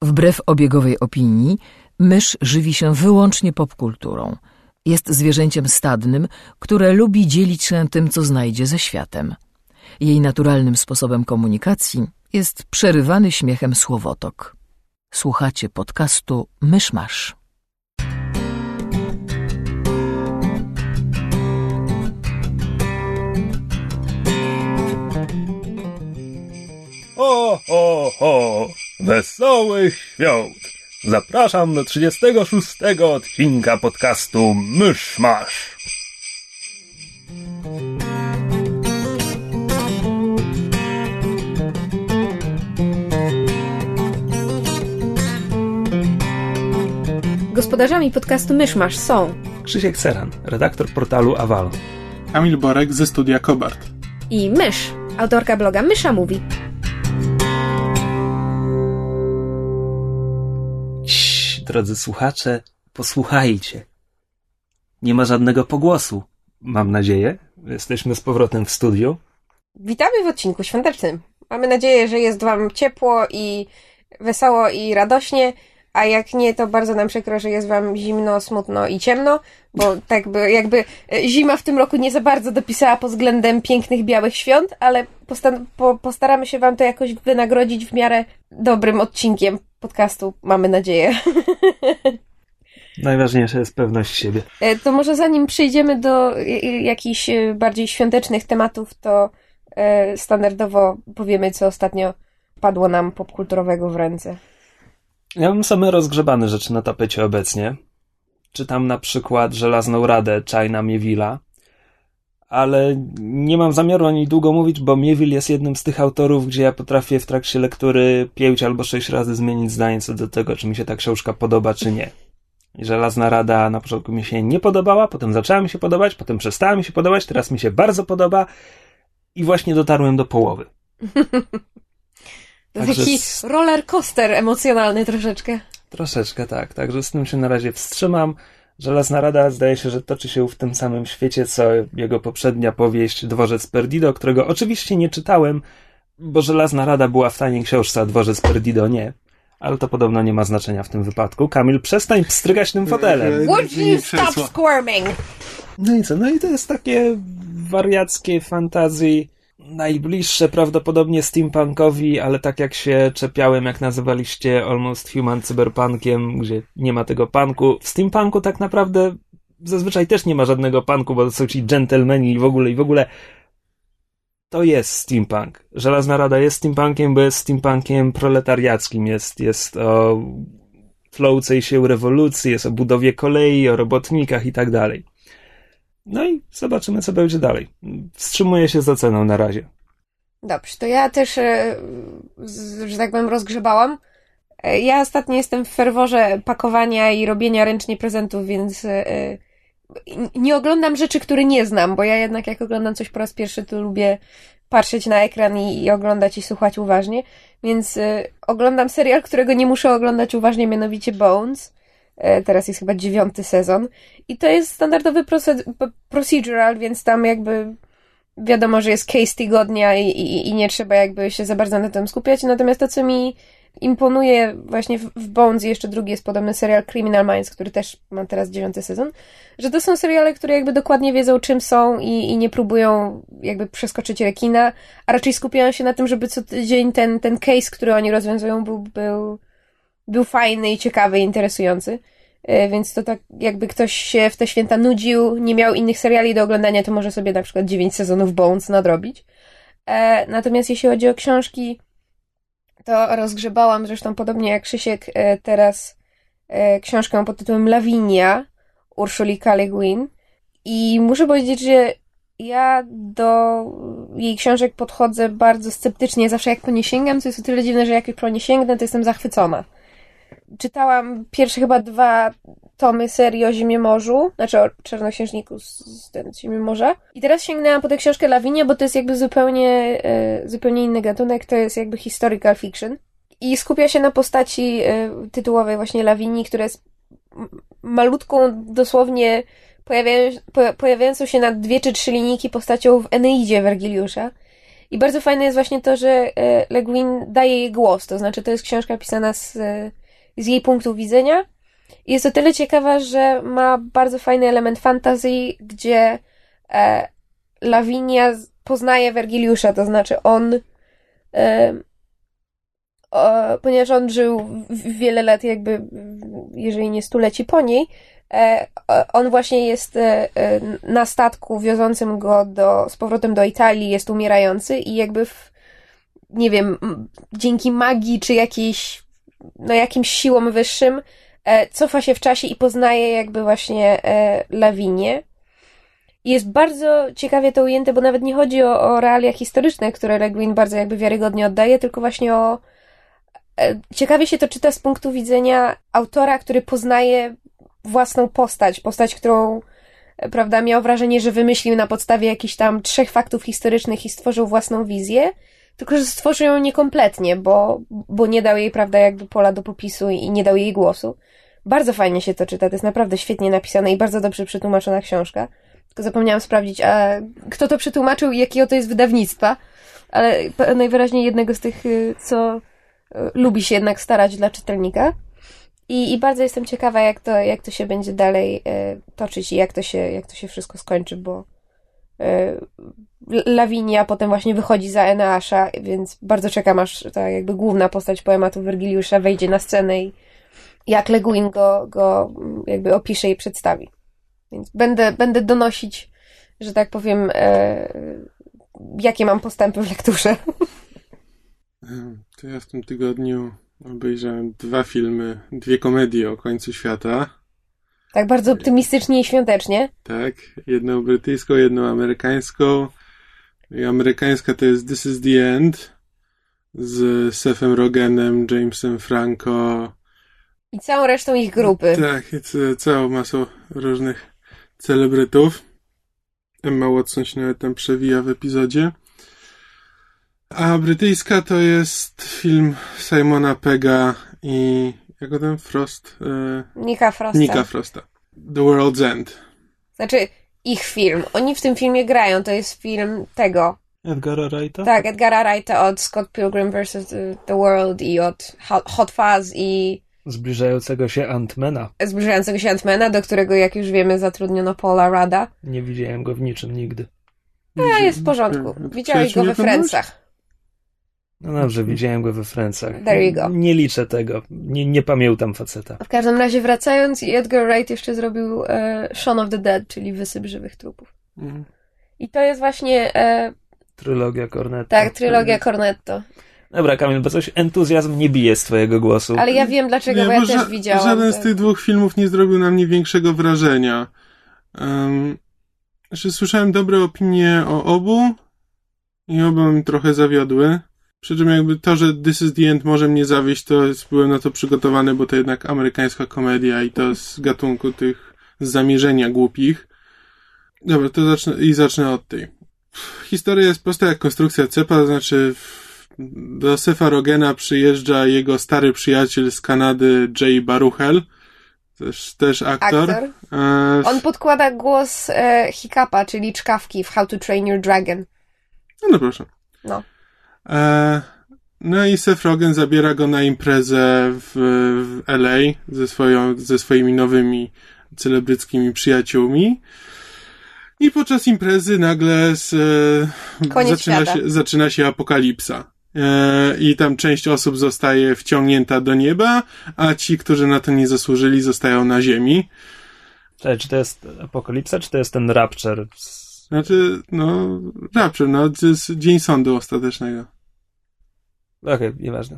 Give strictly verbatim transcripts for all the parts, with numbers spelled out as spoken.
Wbrew obiegowej opinii, mysz żywi się wyłącznie popkulturą. Jest zwierzęciem stadnym, które lubi dzielić się tym, co znajdzie ze światem. Jej naturalnym sposobem komunikacji jest przerywany śmiechem słowotok. Słuchacie podcastu Mysz Masz. Ho, ho, ho! Wesołych świąt! Zapraszam do trzydziestego szóstego odcinka podcastu Mysz Masz. Gospodarzami podcastu Mysz Masz są Krzysiek Seran, redaktor portalu Avalon, Kamil Borek ze studia Kobart i Mysz, autorka bloga Mysza Mówi. Cii, drodzy słuchacze, posłuchajcie. Nie ma żadnego pogłosu, mam nadzieję. Jesteśmy z powrotem w studiu. Witamy w odcinku świątecznym. Mamy nadzieję, że jest wam ciepło i wesoło i radośnie, a jak nie, to bardzo nam przykro, że jest wam zimno, smutno i ciemno, bo tak by, jakby zima w tym roku nie za bardzo dopisała pod względem pięknych, białych świąt, ale posta- po- postaramy się wam to jakoś wynagrodzić w miarę dobrym odcinkiem podcastu, mamy nadzieję. Najważniejsza jest pewność siebie. To może zanim przejdziemy do jakichś bardziej świątecznych tematów, to standardowo powiemy, co ostatnio padło nam popkulturowego w ręce. Ja mam same rozgrzebane rzeczy na tapecie obecnie. Czytam na przykład Żelazną Radę Chaina Mieville'a, ale nie mam zamiaru o niej długo mówić, bo Mieville jest jednym z tych autorów, gdzie ja potrafię w trakcie lektury pięć albo sześć razy zmienić zdanie co do tego, czy mi się ta książka podoba, czy nie. I Żelazna Rada na początku mi się nie podobała, potem zaczęła mi się podobać, potem przestała mi się podobać, teraz mi się bardzo podoba i właśnie dotarłem do połowy. To taki z... roller coaster emocjonalny troszeczkę. Troszeczkę tak, także z tym się na razie wstrzymam. Żelazna Rada zdaje się, że toczy się w tym samym świecie, co jego poprzednia powieść Dworzec Perdido, którego oczywiście nie czytałem, bo Żelazna Rada była w taniej książce, a Dworzec Perdido nie. Ale to podobno nie ma znaczenia w tym wypadku. Kamil, przestań pstrygać tym fotelem. Would you stop squirming? No i co? No i to jest takie wariackie fantazji, najbliższe prawdopodobnie steampunkowi, ale tak jak się czepiałem, jak nazywaliście Almost Human cyberpunkiem, gdzie nie ma tego punku. W steampunku tak naprawdę zazwyczaj też nie ma żadnego punku, bo to są ci dżentelmeni i w ogóle, i w ogóle to jest steampunk. Żelazna Rada jest steampunkiem, bo jest steampunkiem proletariackim. Jest, jest o tloucej się rewolucji, jest o budowie kolei, o robotnikach i tak dalej. No i zobaczymy, co będzie dalej. Wstrzymuję się z oceną na razie. Dobrze, to ja też, że tak powiem, rozgrzebałam. Ja ostatnio jestem w ferworze pakowania i robienia ręcznie prezentów, więc nie oglądam rzeczy, które nie znam, bo ja jednak jak oglądam coś po raz pierwszy, to lubię patrzeć na ekran i, i oglądać i słuchać uważnie. Więc oglądam serial, którego nie muszę oglądać uważnie, mianowicie Bones. Teraz jest chyba dziewiąty sezon. I to jest standardowy procedural, więc tam jakby wiadomo, że jest case tygodnia i, i, i nie trzeba jakby się za bardzo na tym skupiać. Natomiast to, co mi imponuje właśnie w, w Bones, i jeszcze drugi jest podobny serial Criminal Minds, który też ma teraz dziewiąty sezon, że to są seriale, które jakby dokładnie wiedzą, czym są i, i nie próbują jakby przeskoczyć rekina, a raczej skupiają się na tym, żeby co tydzień ten, ten case, który oni rozwiązują, był, był był fajny i ciekawy i interesujący, więc to tak jakby ktoś się w te święta nudził, nie miał innych seriali do oglądania, to może sobie na przykład dziewięć sezonów Bones nadrobić. Natomiast jeśli chodzi o książki, to rozgrzebałam, zresztą podobnie jak Krzysiek, teraz książkę pod tytułem Lavinia Ursuli K. Le Guin i muszę powiedzieć, że ja do jej książek podchodzę bardzo sceptycznie, zawsze jak po nie sięgam, to jest o tyle dziwne, że jak po nie sięgnę, to jestem zachwycona. Czytałam pierwsze chyba dwa tomy serii o Ziemiemorzu, znaczy o Czarnoksiężniku z, z, z Ziemiemorza. I teraz sięgnęłam po tę książkę Lavinia, bo to jest jakby zupełnie, e, zupełnie inny gatunek, to jest jakby historical fiction. I skupia się na postaci e, tytułowej właśnie Lavinii, która jest malutką, dosłownie pojawiają, po, pojawiającą się na dwie czy trzy linijki postacią w Eneidzie Wergiliusza. I bardzo fajne jest właśnie to, że Le Guin daje jej głos, to znaczy to jest książka pisana z, z jej punktu widzenia. I jest o tyle ciekawa, że ma bardzo fajny element fantazji, gdzie e, Lavinia poznaje Wergiliusza, to znaczy on e, o, ponieważ on żył wiele lat jakby, jeżeli nie stuleci po niej, e, on właśnie jest e, na statku wiozącym go do, z powrotem do Italii, jest umierający i jakby w, nie wiem, dzięki magii czy jakiejś, no jakimś siłom wyższym e, cofa się w czasie i poznaje jakby właśnie e, Lavinię. I jest bardzo ciekawie to ujęte, bo nawet nie chodzi o, o realia historyczne, które Le Guin bardzo jakby wiarygodnie oddaje, tylko właśnie o e, ciekawie się to czyta z punktu widzenia autora, który poznaje własną postać, postać, którą, prawda, miał wrażenie, że wymyślił na podstawie jakichś tam trzech faktów historycznych i stworzył własną wizję, tylko że stworzył ją niekompletnie, bo, bo nie dał jej, prawda, jakby pola do popisu i nie dał jej głosu. Bardzo fajnie się to czyta, to jest naprawdę świetnie napisane i bardzo dobrze przetłumaczona książka. Tylko zapomniałam sprawdzić, a kto to przetłumaczył i jakiego to jest wydawnictwa, ale najwyraźniej jednego z tych, co lubi się jednak starać dla czytelnika. I, i bardzo jestem ciekawa, jak to, jak to się będzie dalej e, toczyć i jak to się, jak to się wszystko skończy, bo e, Lavinia potem właśnie wychodzi za Eneasza, więc bardzo czekam, aż ta jakby główna postać poematu Wergiliusza wejdzie na scenę i jak Le Guin go, go jakby opisze i przedstawi. Więc będę, będę donosić, że tak powiem, e, jakie mam postępy w lekturze. To ja w tym tygodniu obejrzałem dwa filmy, dwie komedie o końcu świata. Tak bardzo optymistycznie i świątecznie. Tak, jedną brytyjską, jedną amerykańską. I amerykańska to jest This is the End z Sethem Rogenem, Jamesem Franco. I całą resztą ich grupy. Tak, i c- całą masą różnych celebrytów. Emma Watson się nawet tam przewija w epizodzie. A brytyjska to jest film Simona Pegga i jak go tam? Frost? E... Nicka Frosta. Nicka Frosta. The World's End. Znaczy, ich film. Oni w tym filmie grają. To jest film tego. Edgara Wrighta? Tak, Edgara Wrighta od Scott Pilgrim versus The World i od Hot Fuzz i Zbliżającego się Ant-Mana. Zbliżającego się Ant-Mana, do którego, jak już wiemy, zatrudniono Paula Rudda. Nie widziałem go w niczym nigdy. A, jest w porządku. Widziałeś go we Friendsach. No dobrze, widziałem go we Friendsach. There you go. Nie liczę tego. Nie, nie pamiętam faceta. W każdym razie wracając, Edgar Wright jeszcze zrobił e, Shaun of the Dead, czyli Wysyp żywych trupów. Mm. I to jest właśnie... E, Trylogia Cornetto. tak, trylogia Cornetto. Dobra, Kamil, bo coś entuzjazm nie bije z twojego głosu. Ale ja wiem dlaczego, nie, bo ja bo też ża- widziałam. Żaden te... z tych dwóch filmów nie zrobił na mnie większego wrażenia. Um, znaczy, słyszałem dobre opinie o obu i oba mnie trochę zawiodły. Przy czym jakby to, że This is the End może mnie zawieść, to jest, byłem na to przygotowany, bo to jednak amerykańska komedia i to z gatunku tych z zamierzenia głupich. Dobra, to zacznę i zacznę od tej. Historia jest prosta jak konstrukcja cepa, to znaczy do Setha Rogena przyjeżdża jego stary przyjaciel z Kanady, Jay Baruchel, też, też aktor. aktor. E, On podkłada głos e, Hiccupa, czyli czkawki w How to Train Your Dragon. no, no proszę. No. E, no i Seth Rogen zabiera go na imprezę w, w L A ze, swoją, ze swoimi nowymi celebryckimi przyjaciółmi. I podczas imprezy nagle z, e, zaczyna, się, zaczyna się apokalipsa. E, I tam część osób zostaje wciągnięta do nieba, a ci, którzy na to nie zasłużyli, zostają na ziemi. Cześć, czy to jest apokalipsa, czy to jest ten Rapture? Znaczy, no, Rapture, no, to jest dzień sądu ostatecznego. Okej, okay, nieważne.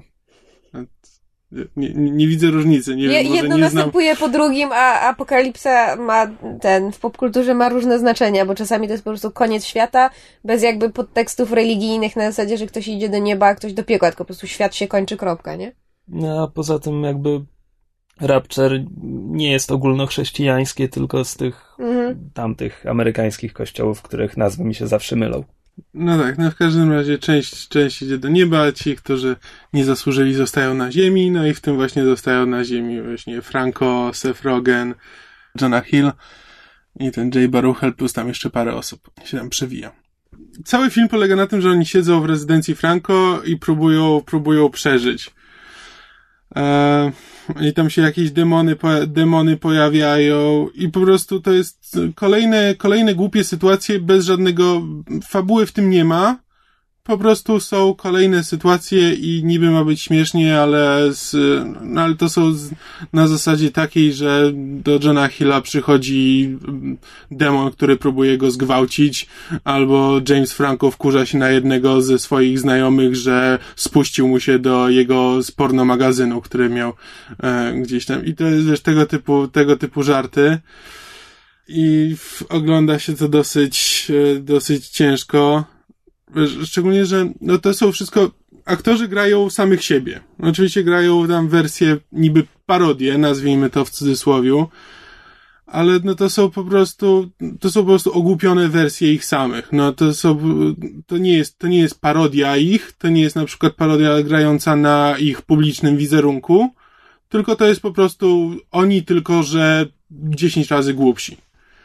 Nie, nie, nie widzę różnicy. Nie Je, wiem, może jedno nie następuje znam... po drugim, a apokalipsa ma ten, w popkulturze ma różne znaczenia, bo czasami to jest po prostu koniec świata, bez jakby podtekstów religijnych na zasadzie, że ktoś idzie do nieba, a ktoś do piekła, tylko po prostu świat się kończy, kropka, nie? No, a poza tym jakby Rapture nie jest ogólnochrześcijańskie, tylko z tych mhm. tamtych amerykańskich kościołów, których nazwy mi się zawsze mylą. No tak, no w każdym razie część, część idzie do nieba, a ci, którzy nie zasłużyli, zostają na ziemi, no i w tym właśnie zostają na ziemi właśnie Franco, Seth Rogen, Jonah Hill i ten Jay Baruchel, plus tam jeszcze parę osób się tam przewija. cały film polega na tym, że oni siedzą w rezydencji Franco i próbują, próbują przeżyć. E, I tam się jakieś demony, demony pojawiają i po prostu to jest kolejne, kolejne głupie sytuacje bez żadnego, fabuły w tym nie ma. Po prostu są kolejne sytuacje i niby ma być śmiesznie, ale z, no ale to są z, na zasadzie takiej, że do Johna Hilla przychodzi demon, który próbuje go zgwałcić, albo James Franco wkurza się na jednego ze swoich znajomych, że spuścił mu się do jego z porno magazynu, który miał e, gdzieś tam. I to jest wiesz, tego typu, tego typu żarty. I w, ogląda się to dosyć, e, dosyć ciężko. Szczególnie, że no to są wszystko, aktorzy grają samych siebie. Oczywiście grają tam wersję niby parodię, nazwijmy to w cudzysłowiu, ale no to są po prostu, to są po prostu ogłupione wersje ich samych. No to są, to nie jest, to nie jest parodia ich, to nie jest na przykład parodia grająca na ich publicznym wizerunku, tylko to jest po prostu oni, tylko że dziesięć razy głupsi.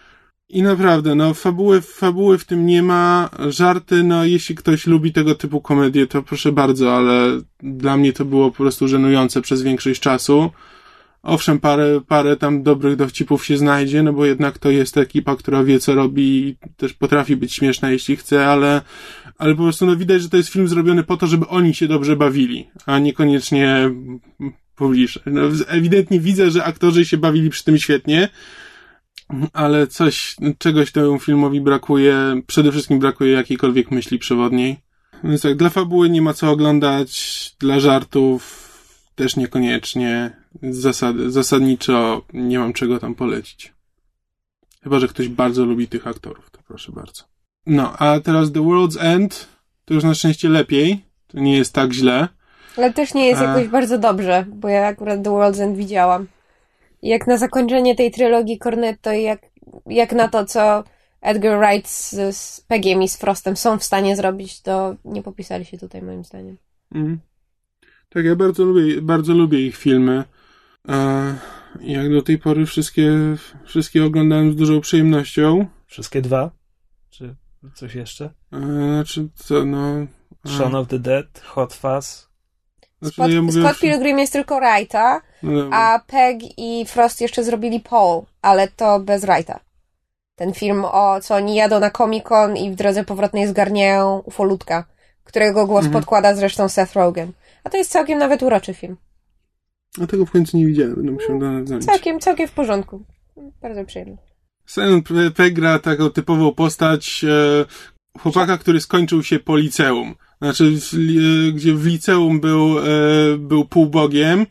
I naprawdę, no, fabuły, fabuły w tym nie ma, żarty, no, jeśli ktoś lubi tego typu komedię, to proszę bardzo, ale dla mnie to było po prostu żenujące przez większość czasu. Owszem, parę, parę tam dobrych dowcipów się znajdzie, no bo jednak to jest ekipa, która wie, co robi i też potrafi być śmieszna, jeśli chce, ale, ale po prostu, no, widać, że to jest film zrobiony po to, żeby oni się dobrze bawili, a niekoniecznie publicznie. No, ewidentnie widzę, że aktorzy się bawili przy tym świetnie, ale coś, czegoś temu filmowi brakuje, przede wszystkim brakuje jakiejkolwiek myśli przewodniej. Więc tak, dla fabuły nie ma co oglądać, dla żartów też niekoniecznie, zasady, zasadniczo nie mam czego tam polecić. Chyba że ktoś bardzo lubi tych aktorów, to proszę bardzo. No, a teraz The World's End, to już na szczęście lepiej, to nie jest tak źle. Ale też nie jest a... jakoś bardzo dobrze, bo ja akurat The World's End widziałam. Jak na zakończenie tej trylogii Cornetto i jak, jak na to, co Edgar Wright z, z Peggiem i z Frostem są w stanie zrobić, to nie popisali się tutaj moim zdaniem. Mm. Tak, ja bardzo lubię, bardzo lubię ich filmy. E, jak do tej pory wszystkie, wszystkie oglądałem z dużą przyjemnością. Wszystkie dwa? Czy coś jeszcze? E, znaczy, co, no... E. Shaun of the Dead, Hot Fuzz. Znaczy, Scott, no ja mówię, Scott Pilgrim jest tylko Wrighta, no, a Pegg i Frost jeszcze zrobili Paul, ale to bez Wrighta. Ten film o co oni jadą na Comic-Con i w drodze powrotnej zgarniają ufolutka, którego głos mhm. podkłada zresztą Seth Rogen. A to jest całkiem nawet uroczy film. A tego w końcu nie widziałem, będę musiał nadać. Całkiem, całkiem w porządku. Bardzo przyjemny. Simon Pegg gra taką typową postać e, chłopaka, który skończył się po liceum. Znaczy, w, e, gdzie w liceum był, e, był półbogiem,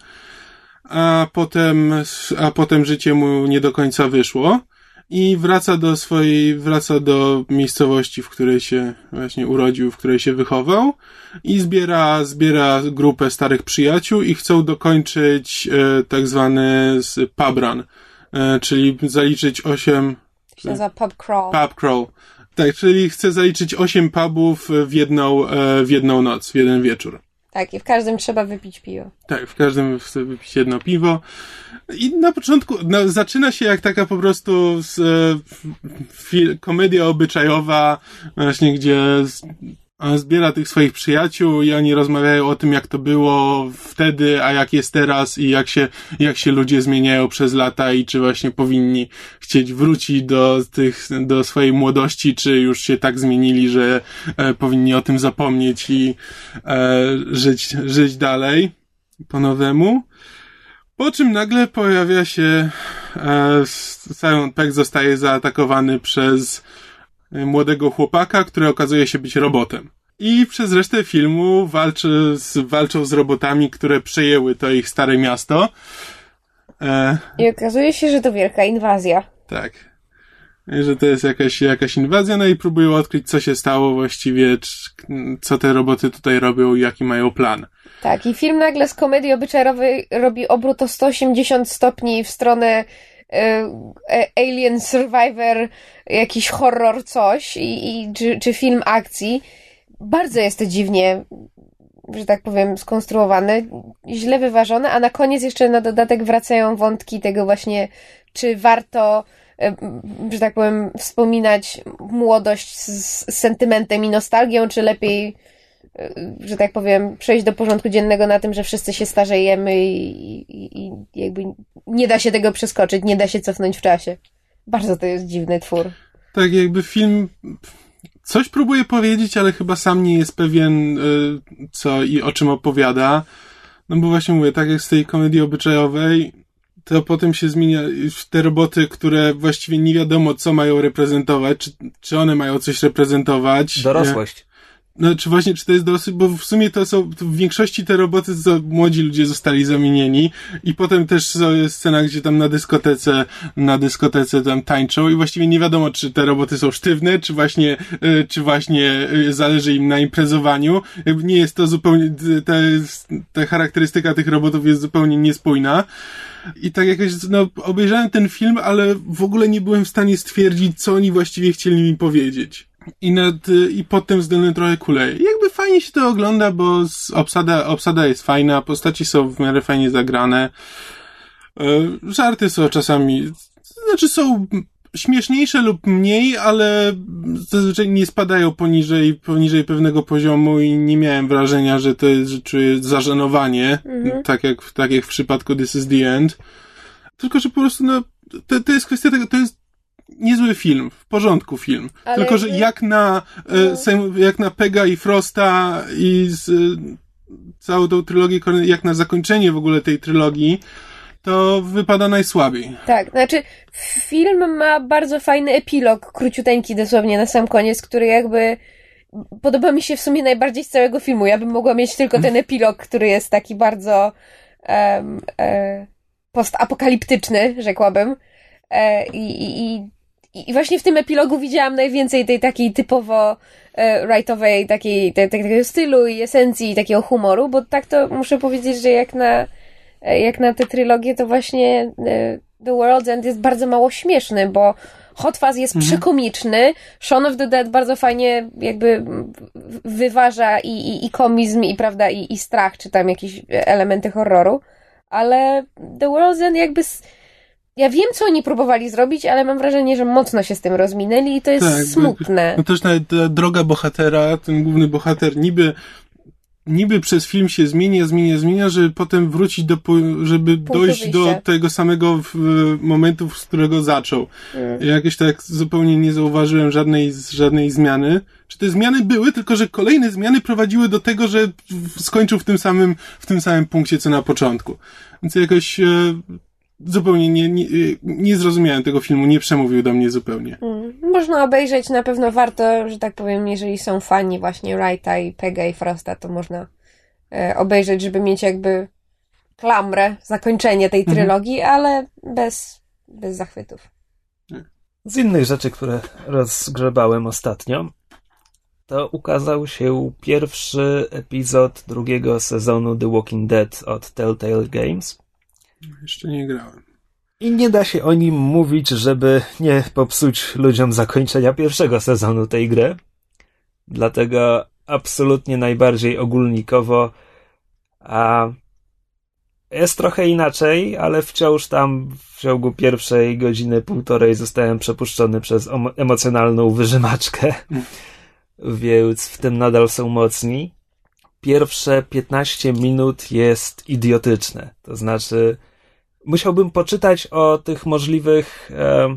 a potem, a potem życie mu nie do końca wyszło. I wraca do swojej, wraca do miejscowości, w której się właśnie urodził, w której się wychował i zbiera, zbiera grupę starych przyjaciół i chcą dokończyć e, tak zwany pub run, e, czyli zaliczyć osiem... To się nazywa pub crawl. Pub crawl. Tak, czyli chce zaliczyć osiem pubów w jedną, e, w jedną noc, w jeden wieczór. Tak, i w każdym trzeba wypić piwo. Tak, w każdym chce wypić jedno piwo. I na początku no, zaczyna się jak taka po prostu z, e, fi, komedia obyczajowa, właśnie gdzie z, on zbiera tych swoich przyjaciół i oni rozmawiają o tym, jak to było wtedy, a jak jest teraz i jak się, jak się ludzie zmieniają przez lata i czy właśnie powinni chcieć wrócić do tych, do swojej młodości, czy już się tak zmienili, że e, powinni o tym zapomnieć i e, żyć, żyć dalej po nowemu. Po czym nagle pojawia się e, Simon Pegg zostaje zaatakowany przez młodego chłopaka, który okazuje się być robotem. I przez resztę filmu walczy z, walczą z robotami, które przejęły to ich stare miasto. E, I okazuje się, że to wielka inwazja. tak. I że to jest jakaś, jakaś inwazja, no i próbują odkryć, co się stało właściwie, czy, co te roboty tutaj robią i jaki mają plan. Tak, i film nagle z komedii obyczajowej robi obrót o sto osiemdziesiąt stopni w stronę Alien Survivor, jakiś horror, coś, i, i, czy, czy film akcji. Bardzo jest to dziwnie, że tak powiem, skonstruowane, źle wyważone, a na koniec jeszcze na dodatek wracają wątki tego właśnie, czy warto że tak powiem, wspominać młodość z, z sentymentem i nostalgią, czy lepiej, że tak powiem, przejść do porządku dziennego na tym, że wszyscy się starzejemy i, i, i jakby nie da się tego przeskoczyć, nie da się cofnąć w czasie. Bardzo to jest dziwny twór. Tak, jakby film coś próbuje powiedzieć, ale chyba sam nie jest pewien, co i o czym opowiada. No bo właśnie mówię, tak jak z tej komedii obyczajowej, to potem się zmienia w te roboty, które właściwie nie wiadomo, co mają reprezentować, czy, czy one mają coś reprezentować. Dorosłość. No, czy właśnie, czy to jest dosyć, bo w sumie to są, to w większości te roboty to młodzi ludzie zostali zamienieni i potem też jest scena, gdzie tam na dyskotece, na dyskotece tam tańczą i właściwie nie wiadomo, czy te roboty są sztywne, czy właśnie, czy właśnie zależy im na imprezowaniu. Nie jest to zupełnie, ta, ta charakterystyka tych robotów jest zupełnie niespójna. I tak jakoś, no, obejrzałem ten film, ale w ogóle nie byłem w stanie stwierdzić, co oni właściwie chcieli mi powiedzieć. I nad, i pod tym względem trochę kuleje. Jakby fajnie się to ogląda, bo obsada, obsada jest fajna, postaci są w miarę fajnie zagrane. Żarty są czasami, znaczy są śmieszniejsze lub mniej, ale zazwyczaj nie spadają poniżej, poniżej pewnego poziomu i nie miałem wrażenia, że to jest, że czuję zażenowanie, mhm. tak jak, tak jak w przypadku This is the End. Tylko, że po prostu, no, to, to jest kwestia tego, to jest niezły film, w porządku film. Ale tylko, że jak na, no. jak na Pega i Frosta i z całą tą trylogię, jak na zakończenie w ogóle tej trylogii, to wypada najsłabiej. Tak, znaczy film ma bardzo fajny epilog, króciuteńki dosłownie na sam koniec, który jakby podoba mi się w sumie najbardziej z całego filmu. Ja bym mogła mieć tylko ten epilog, który jest taki bardzo um, e, postapokaliptyczny, rzekłabym. E, i, i, I właśnie w tym epilogu widziałam najwięcej tej takiej typowo e, Wrightowej takiej, te, te, takiego stylu i esencji i takiego humoru, bo tak to muszę powiedzieć, że jak na jak na tę trylogię, to właśnie The World's End jest bardzo mało śmieszny, bo Hot Fuzz jest mhm. przekomiczny, Shaun of the Dead bardzo fajnie jakby wyważa i, i, i komizm, i prawda, i, i strach, czy tam jakieś elementy horroru, ale The World's End jakby... Ja wiem, co oni próbowali zrobić, ale mam wrażenie, że mocno się z tym rozminęli i to jest tak, smutne. No też nawet ta droga bohatera, ten główny bohater niby niby przez film się zmienia, zmienia, zmienia, żeby potem wrócić do, żeby Punktu dojść wyjścia. do tego samego w, momentu, z którego zaczął. Mm. Ja jakieś tak zupełnie nie zauważyłem żadnej, żadnej zmiany. Czy te zmiany były, tylko że kolejne zmiany prowadziły do tego, że skończył w tym samym, w tym samym punkcie, co na początku. Więc jakoś e, zupełnie nie, nie, nie zrozumiałem tego filmu, nie przemówił do mnie zupełnie. Mm. Można obejrzeć, na pewno warto, że tak powiem, jeżeli są fani właśnie Wrighta i Pega i Frosta, to można e, obejrzeć, żeby mieć jakby klamrę, zakończenie tej trylogii, mhm. ale bez, bez zachwytów. Z innych rzeczy, które rozgrzebałem ostatnio, to ukazał się pierwszy epizod drugiego sezonu The Walking Dead od Telltale Games. Jeszcze nie grałem. I nie da się o nim mówić, żeby nie popsuć ludziom zakończenia pierwszego sezonu tej gry. Dlatego absolutnie najbardziej ogólnikowo a jest trochę inaczej, ale wciąż tam w ciągu pierwszej godziny, półtorej zostałem przepuszczony przez emocjonalną wyżymaczkę. Więc w tym nadal są mocni. Pierwsze piętnaście minut jest idiotyczne. To znaczy musiałbym poczytać o tych możliwych e,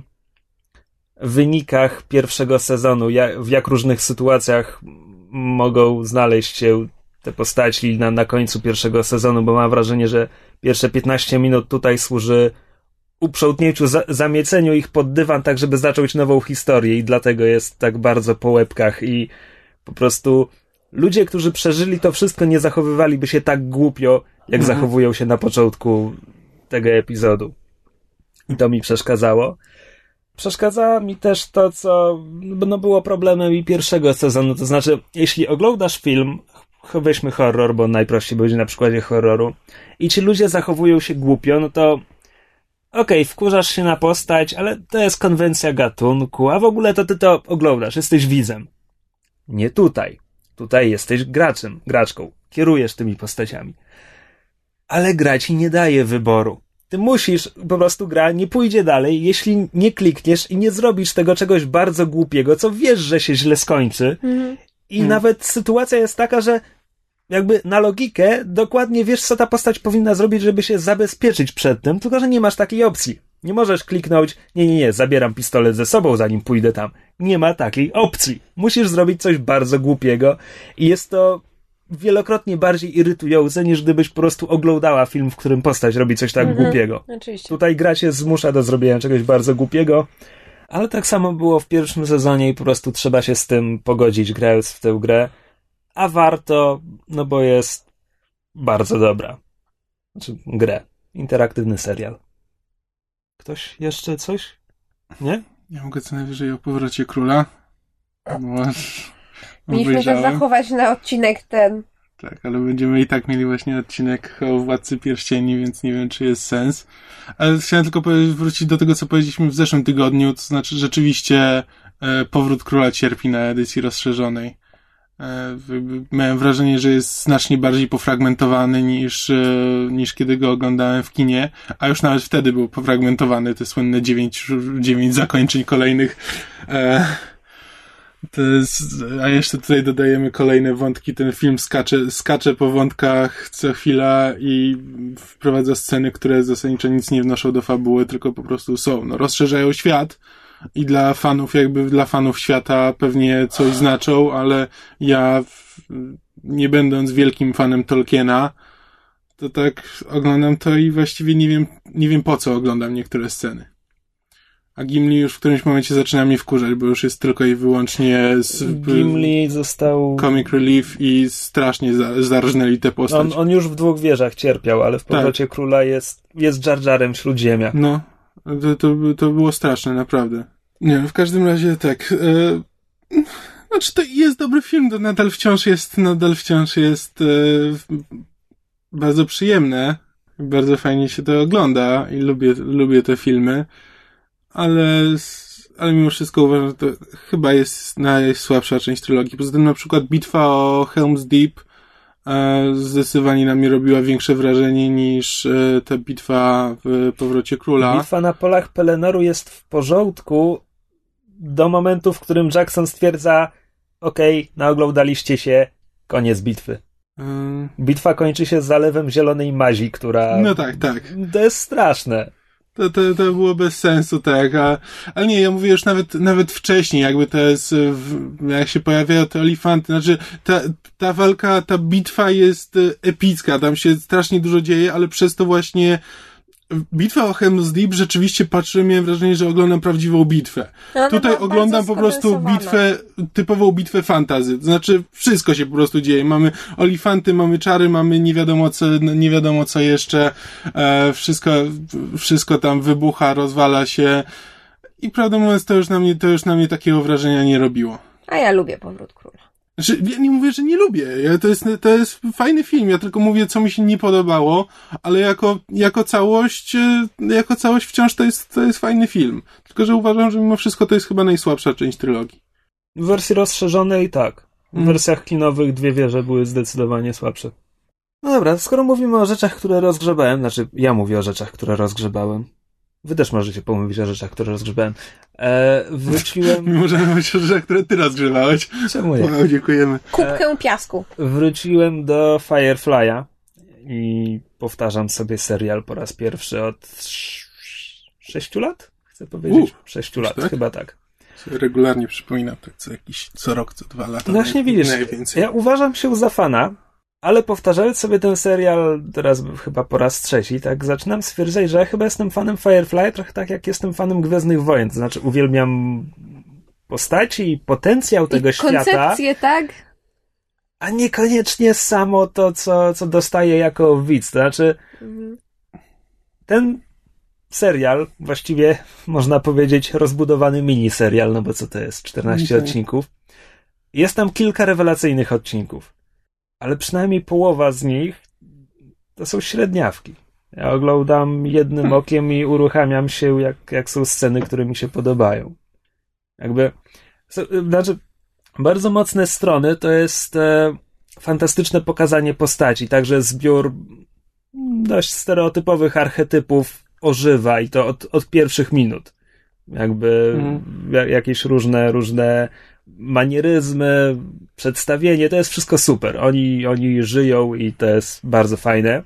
wynikach pierwszego sezonu, jak, w jak różnych sytuacjach mogą znaleźć się te postaci na, na końcu pierwszego sezonu, bo mam wrażenie, że pierwsze piętnaście minut tutaj służy uprzątnięciu, za, zamieceniu ich pod dywan, tak żeby zacząć nową historię i dlatego jest tak bardzo po łebkach i po prostu ludzie, którzy przeżyli to wszystko, nie zachowywaliby się tak głupio, jak mhm. zachowują się na początku tego epizodu. I to mi przeszkadzało. Przeszkadza mi też to, co no, było problemem i pierwszego sezonu. To znaczy, jeśli oglądasz film, weźmy horror, bo najprościej będzie na przykładzie horroru, i ci ludzie zachowują się głupio, no to okej, okay, wkurzasz się na postać, ale to jest konwencja gatunku, a w ogóle to ty to oglądasz, jesteś widzem. Nie tutaj. Tutaj jesteś graczem, graczką. Kierujesz tymi postaciami. Ale gra ci nie daje wyboru. ty musisz, po prostu gra nie pójdzie dalej, jeśli nie klikniesz i nie zrobisz tego czegoś bardzo głupiego, co wiesz, że się źle skończy. Mhm. I hmm. nawet sytuacja jest taka, że jakby na logikę dokładnie wiesz, co ta postać powinna zrobić, żeby się zabezpieczyć przed tym, tylko że nie masz takiej opcji. Nie możesz kliknąć, nie, nie, nie, zabieram pistolet ze sobą, zanim pójdę tam. Nie ma takiej opcji. Musisz zrobić coś bardzo głupiego i jest to wielokrotnie bardziej irytujące, niż gdybyś po prostu oglądała film, w którym postać robi coś tak mhm, głupiego. Oczywiście. Tutaj gra cię zmusza do zrobienia czegoś bardzo głupiego, ale tak samo było w pierwszym sezonie i po prostu trzeba się z tym pogodzić, grając w tę grę. A warto, no bo jest bardzo dobra. Znaczy, grę. Interaktywny serial. Ktoś jeszcze coś? Nie? Ja mogę co najwyżej o Powrocie Króla. Bo Mieliśmy się zachować na odcinek ten. Tak, ale będziemy i tak mieli właśnie odcinek o Władcy Pierścieni, więc nie wiem, czy jest sens. Ale chciałem tylko wrócić do tego, co powiedzieliśmy w zeszłym tygodniu, to znaczy rzeczywiście e, Powrót Króla cierpi na edycji rozszerzonej. E, miałem wrażenie, że jest znacznie bardziej pofragmentowany niż, e, niż kiedy go oglądałem w kinie, a już nawet wtedy był pofragmentowany, te słynne dziewięć, dziewięć zakończeń kolejnych. E, To jest, a jeszcze tutaj dodajemy kolejne wątki. Ten film skacze, skacze po wątkach co chwila i wprowadza sceny, które zasadniczo nic nie wnoszą do fabuły, tylko po prostu są, no, rozszerzają świat i dla fanów, jakby dla fanów świata pewnie coś znaczą, ale ja, nie będąc wielkim fanem Tolkiena, to tak oglądam to i właściwie nie wiem, nie wiem po co oglądam niektóre sceny. A Gimli już w którymś momencie zaczyna mnie wkurzać, bo już jest tylko i wyłącznie z, Gimli został comic relief i strasznie za, zarżnęli tę postać. On, on już w Dwóch Wieżach cierpiał, ale w Powrocie tak. Króla jest, jest Jar Jarem Śródziemia. No, to, to, to było straszne, naprawdę. Nie wiem, w każdym razie tak. E, znaczy to jest dobry film, to nadal wciąż jest, nadal wciąż jest e, bardzo przyjemne. Bardzo fajnie się to ogląda i lubię, lubię te filmy. Ale, ale mimo wszystko uważam, że to chyba jest najsłabsza część trylogii. Poza tym na przykład bitwa o Helm's Deep e, zdecydowanie na mnie robiła większe wrażenie niż e, ta bitwa w Powrocie Króla. Bitwa na polach Pelenoru jest w porządku do momentu, w którym Jackson stwierdza, okej, okay, naoglądaliście się, koniec bitwy. Hmm. Bitwa kończy się zalewem zielonej mazi, która... No tak, tak. To jest straszne. To, to, to było bez sensu, tak, a, ale nie, ja mówię już nawet, nawet wcześniej, jakby to jest, jak się pojawiają te olifanty, znaczy ta, ta walka, ta bitwa jest epicka, tam się strasznie dużo dzieje, ale przez to właśnie bitwa o Helm's Deep rzeczywiście patrzyłem, miałem wrażenie, że oglądam prawdziwą bitwę. No, Tutaj oglądam po prostu bitwę, typową bitwę fantasy. To znaczy, wszystko się po prostu dzieje. Mamy olifanty, mamy czary, mamy nie wiadomo co, nie wiadomo co jeszcze. E, wszystko, wszystko tam wybucha, rozwala się. I prawdę mówiąc, to już na mnie, to już na mnie takiego wrażenia nie robiło. A ja lubię Powrót Króla. Znaczy, ja nie mówię, że nie lubię. Ja, to jest, to jest fajny film. Ja tylko mówię, co mi się nie podobało, ale jako, jako całość, jako całość wciąż to jest, to jest fajny film. Tylko, że uważam, że mimo wszystko to jest chyba najsłabsza część trylogii. W wersji rozszerzonej tak. W mm. wersjach kinowych Dwie Wieże były zdecydowanie słabsze. No dobra, skoro mówimy o rzeczach, które rozgrzebałem, znaczy ja mówię o rzeczach, które rozgrzebałem. Wy też możecie pomówić o rzeczach, które rozgrzebałem. E, wróciłem... My możemy mówić o rzeczach, które ty rozgrzewałeś. Czemu nie? Wow, dziękujemy. Kubkę e, piasku. Wróciłem do Firefly'a i powtarzam sobie serial po raz pierwszy od sześciu lat? Chcę powiedzieć. U, sześciu lat, tak? Chyba tak. Regularnie przypominam tak co jakiś, co rok, co dwa lata. No właśnie widzisz, najwięcej. Ja uważam się za fana, ale powtarzając sobie ten serial teraz chyba po raz trzeci, tak zaczynam stwierdzać, że ja chyba jestem fanem Firefly, trochę tak jak jestem fanem Gwiezdnych Wojen. To znaczy uwielbiam postaci i potencjał tego I świata. Koncepcję, tak? A niekoniecznie samo to, co, co dostaję jako widz. To znaczy mhm. ten serial, właściwie można powiedzieć rozbudowany miniserial, no bo co to jest? czternaście okay. odcinków. Jest tam kilka rewelacyjnych odcinków. Ale przynajmniej połowa z nich to są średniawki. Ja oglądam jednym okiem i uruchamiam się, jak, jak są sceny, które mi się podobają. Jakby, znaczy, bardzo mocne strony to jest e, fantastyczne pokazanie postaci, także zbiór dość stereotypowych archetypów ożywa i to od, od pierwszych minut. Jakby mm. jakieś różne, różne manieryzmy, przedstawienie, to jest wszystko super. Oni, oni żyją i to jest bardzo fajne.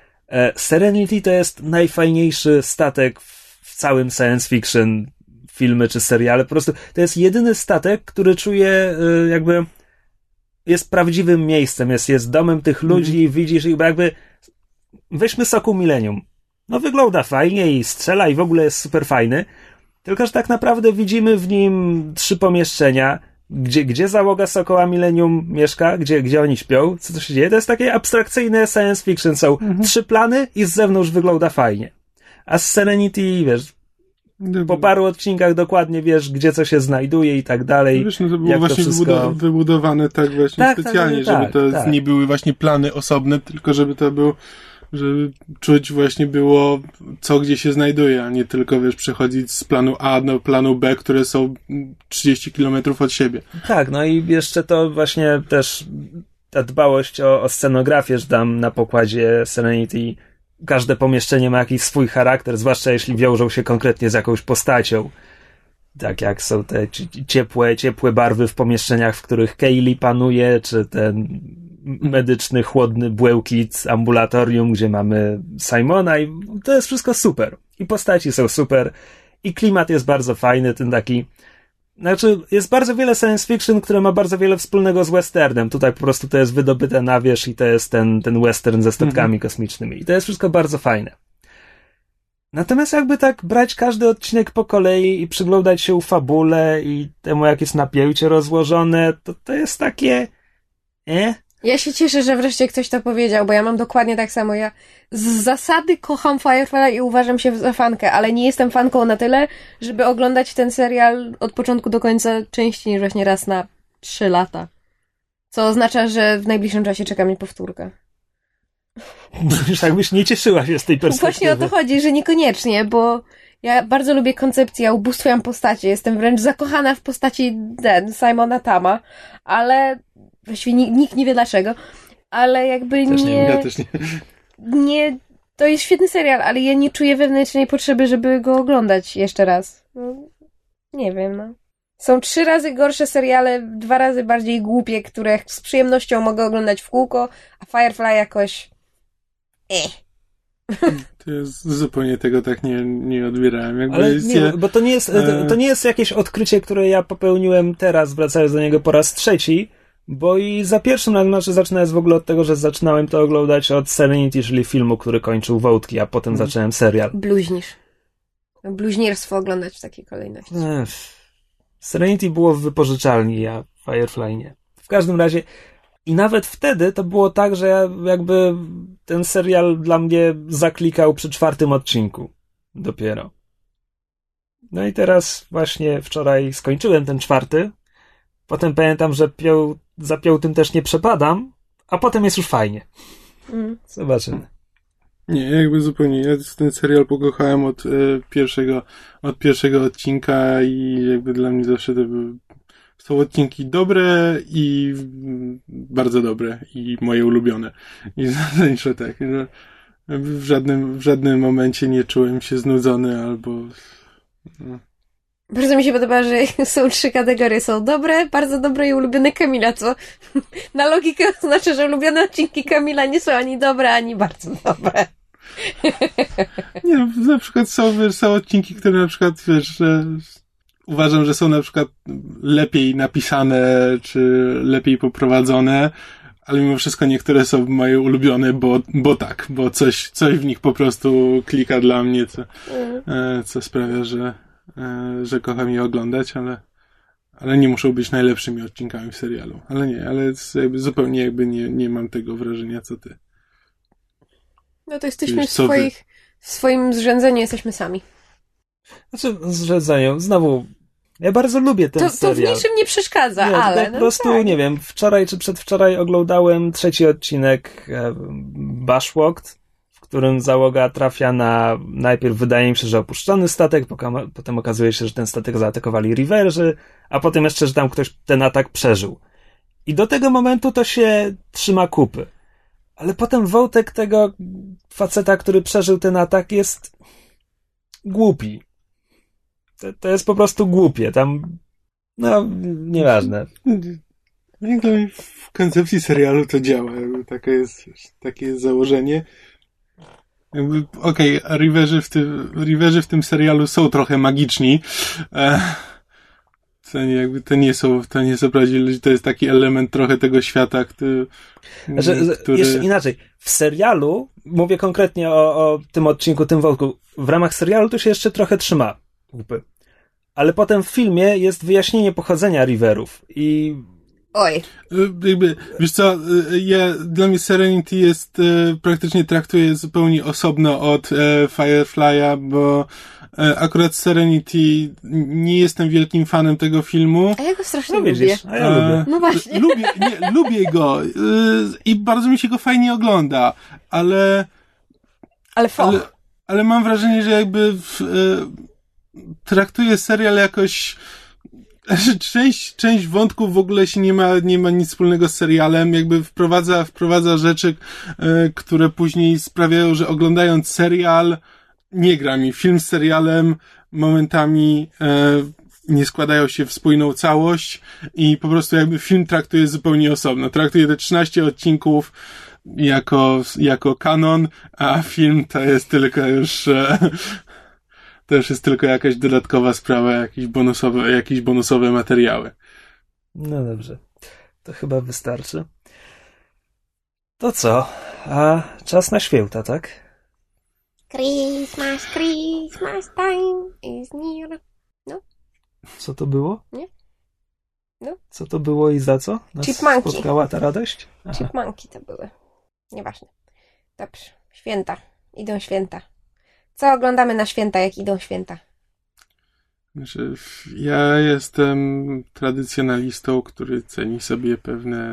Serenity to jest najfajniejszy statek w całym science fiction, filmy czy seriale. Po prostu to jest jedyny statek, który czuje jakby jest prawdziwym miejscem, jest, jest domem tych ludzi, mm. widzisz jakby weźmy Sokół Millennium. No wygląda fajnie i strzela i w ogóle jest super fajny. Tylko że tak naprawdę widzimy w nim trzy pomieszczenia, gdzie, gdzie załoga Sokoła Millennium mieszka, gdzie, gdzie oni śpią, co to się dzieje. To jest takie abstrakcyjne science fiction. Są mhm. trzy plany i z zewnątrz wygląda fajnie. A z Serenity, wiesz, Dobra. po paru odcinkach dokładnie wiesz, gdzie co się znajduje i tak dalej. Wiesz, no to było właśnie to wszystko... wybudowane tak właśnie tak, specjalnie, tak, tak, żeby to tak. nie były właśnie plany osobne, tylko żeby to był żeby czuć właśnie było, co gdzie się znajduje, a nie tylko, wiesz, przechodzić z planu A do planu B, które są trzydzieści kilometrów od siebie. Tak, no i jeszcze to właśnie też ta dbałość o, o scenografię, że tam na pokładzie Serenity każde pomieszczenie ma jakiś swój charakter, zwłaszcza jeśli wiążą się konkretnie z jakąś postacią. Tak jak są te ciepłe, ciepłe barwy w pomieszczeniach, w których Kaylee panuje, czy ten medyczny, chłodny błękit ambulatorium, gdzie mamy Simona i to jest wszystko super. I postaci są super. I klimat jest bardzo fajny, ten taki... Znaczy, jest bardzo wiele science fiction, które ma bardzo wiele wspólnego z westernem. Tutaj po prostu to jest wydobyte na wierzch i to jest ten, ten western ze statkami mm-hmm. kosmicznymi. I to jest wszystko bardzo fajne. Natomiast jakby tak brać każdy odcinek po kolei i przyglądać się fabule i temu, jak jest napięcie rozłożone, to to jest takie... Eh? Ja się cieszę, że wreszcie ktoś to powiedział, bo ja mam dokładnie tak samo. Ja z zasady kocham Firefly i uważam się za fankę, ale nie jestem fanką na tyle, żeby oglądać ten serial od początku do końca częściej niż właśnie raz na trzy lata. Co oznacza, że w najbliższym czasie czeka mnie powtórka. Już jakbyś nie cieszyła się z tej perspektywy. Właśnie o to chodzi, że niekoniecznie, bo ja bardzo lubię koncepcję, ja ubóstwiam postacie, jestem wręcz zakochana w postaci ten, Simona Tama, ale właściwie nikt, nikt nie wie dlaczego, ale jakby też nie... nie ja też nie. Nie, to jest świetny serial, ale ja nie czuję wewnętrznej potrzeby, żeby go oglądać jeszcze raz. No, nie wiem, no. Są trzy razy gorsze seriale, dwa razy bardziej głupie, które z przyjemnością mogę oglądać w kółko, a Firefly jakoś... Eh. To ja zupełnie tego tak nie, nie odbierałem. Jakby ale jest nie, je... bo to nie, jest, to, to nie jest jakieś odkrycie, które ja popełniłem teraz, wracając do niego po raz trzeci, bo i za pierwszym razem, znaczy zaczynając w ogóle od tego, że zaczynałem to oglądać od Serenity, czyli filmu, który kończył wątki, a potem hmm. zacząłem serial. Bluźnisz. Bluźnierstwo oglądać w takiej kolejności. Ech. Serenity było w wypożyczalni, a Firefly nie. W każdym razie i nawet wtedy to było tak, że ja jakby ten serial dla mnie zaklikał przy czwartym odcinku. Dopiero. No i teraz właśnie wczoraj skończyłem ten czwarty. Potem pamiętam, że pią, za piątym też nie przepadam, a potem jest już fajnie. Mm. Zobaczymy. Nie, jakby zupełnie. Ja ten serial pokochałem od e, pierwszego, od pierwszego odcinka i jakby dla mnie zawsze to były są odcinki dobre i bardzo dobre i moje ulubione. I zasadniczo tak. No, w żadnym, w żadnym momencie nie czułem się znudzony albo... No. Bardzo mi się podoba, że są trzy kategorie. Są dobre, bardzo dobre i ulubione Kamila, co na logikę oznacza, że ulubione odcinki Kamila nie są ani dobre, ani bardzo dobre. Nie, no, na przykład są, wiesz, są odcinki, które na przykład, wiesz, że uważam, że są na przykład lepiej napisane, czy lepiej poprowadzone, ale mimo wszystko niektóre są moje ulubione, bo, bo tak, bo coś, coś w nich po prostu klika dla mnie, co, mm. co sprawia, że, że kocham je oglądać, ale, ale nie muszą być najlepszymi odcinkami w serialu. Ale nie, ale jakby zupełnie jakby nie, nie mam tego wrażenia, co ty. No to jesteśmy w, swoich, w swoim zrzędzeniu, jesteśmy sami. Znaczy, zrzedzeniu, znowu, ja bardzo lubię ten to, serial. To w niczym nie przeszkadza, nie, ale... Po no prostu, tak. nie wiem, wczoraj czy przedwczoraj oglądałem trzeci odcinek e, Bushwalked, w którym załoga trafia na, najpierw wydaje mi się, że opuszczony statek, potem okazuje się, że ten statek zaatakowali Riverzy, a potem jeszcze, że tam ktoś ten atak przeżył. I do tego momentu to się trzyma kupy. Ale potem wątek tego faceta, który przeżył ten atak, jest głupi. To, to jest po prostu głupie. Tam, no, nieważne. W koncepcji serialu to działa. Takie jest, takie jest założenie. Jakby, okej, okay, Riverzy w tym, Riverzy w tym serialu są trochę magiczni. E, to, nie, jakby, to nie są, to nie są prawdziwi ludzie, to jest taki element trochę tego świata, który... Znaczy, który... Jeszcze inaczej. W serialu, mówię konkretnie o, o tym odcinku, tym wątku, w ramach serialu to się jeszcze trochę trzyma kupy. Ale potem w filmie jest wyjaśnienie pochodzenia Riverów i... Oj. Jakby, wiesz co, ja, dla mnie Serenity jest, e, praktycznie traktuję zupełnie osobno od e, Firefly'a, bo e, akurat Serenity nie jestem wielkim fanem tego filmu. A ja go strasznie no, lubię. Widzisz, a ja e, lubię. No właśnie. Lubię, nie, lubię go e, i bardzo mi się go fajnie ogląda, ale... Ale foch. Ale, ale mam wrażenie, że jakby w, e, traktuję serial jakoś... Część, część wątków w ogóle się nie ma, nie ma nic wspólnego z serialem, jakby wprowadza, wprowadza rzeczy, e, które później sprawiają, że oglądając serial nie gra mi. Film z serialem momentami e, nie składają się w spójną całość i po prostu jakby film traktuje zupełnie osobno. Traktuje te trzynaście odcinków jako, jako kanon, a film to jest tylko już... E, To już jest tylko jakaś dodatkowa sprawa, jakieś bonusowe, jakieś bonusowe materiały. No dobrze. To chyba wystarczy. To co? A czas na święta, tak? Christmas, Christmas time is near. No. Co to było? Nie? No. Co to było i za co nas Chipmunki. spotkała ta radość? Aha. Chipmunki to były. Nieważne. Dobrze. Święta. Idą święta. Co oglądamy na święta, jak idą święta? Znaczy, ja jestem tradycjonalistą, który ceni sobie pewne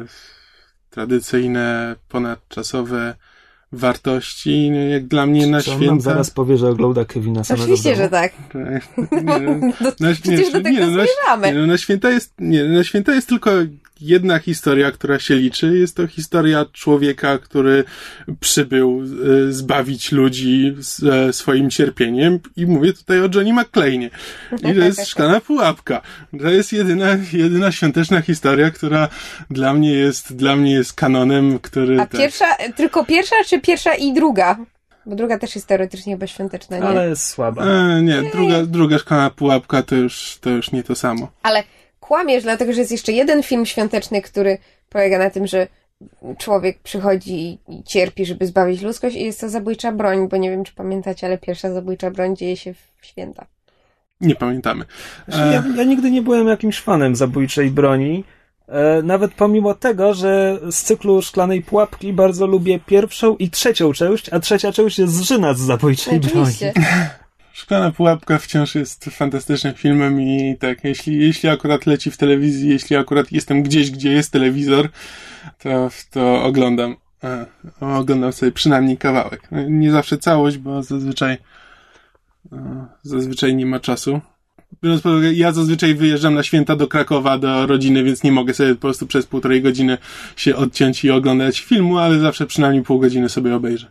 tradycyjne, ponadczasowe wartości. Jak dla mnie na Czy on święta... nam zaraz powie, że ogląda Kevina samego Oczywiście, w domu? że tak. Tak. Nie, no, no, na, przecież nie, do tego nie, no, zmierzamy. Nie, no, na święta jest, nie, na święta jest tylko jedna historia, która się liczy. Jest to historia człowieka, który przybył e, zbawić ludzi z, e, swoim cierpieniem i mówię tutaj o Johnny McClainie. I to jest Szklana pułapka. To jest jedyna, jedyna świąteczna historia, która dla mnie jest, dla mnie jest kanonem, który... A tak, pierwsza, tylko pierwsza, czy pierwsza i druga? Bo druga też jest teoretycznie chyba świąteczna, nie? Ale jest słaba. E, nie, druga, druga Szklana pułapka to już, to już nie to samo. Ale kłamiesz, dlatego że jest jeszcze jeden film świąteczny, który polega na tym, że człowiek przychodzi i cierpi, żeby zbawić ludzkość i jest to Zabójcza broń, bo nie wiem, czy pamiętacie, ale pierwsza Zabójcza broń dzieje się w święta. Nie pamiętamy. Znaczy, ja, ja nigdy nie byłem jakimś fanem Zabójczej broni. E, nawet pomimo tego, że z cyklu Szklanej pułapki bardzo lubię pierwszą i trzecią część, a trzecia część jest zżyna z Zabójczej Oczywiście. broni. Szklana pułapka wciąż jest fantastycznym filmem i tak, jeśli, jeśli akurat leci w telewizji, jeśli akurat jestem gdzieś, gdzie jest telewizor, to, to oglądam. E, oglądam sobie przynajmniej kawałek. Nie zawsze całość, bo zazwyczaj e, zazwyczaj nie ma czasu. Biorąc pod uwagę, ja zazwyczaj wyjeżdżam na święta do Krakowa, do rodziny, więc nie mogę sobie po prostu przez półtorej godziny się odciąć i oglądać filmu, ale zawsze przynajmniej pół godziny sobie obejrzę.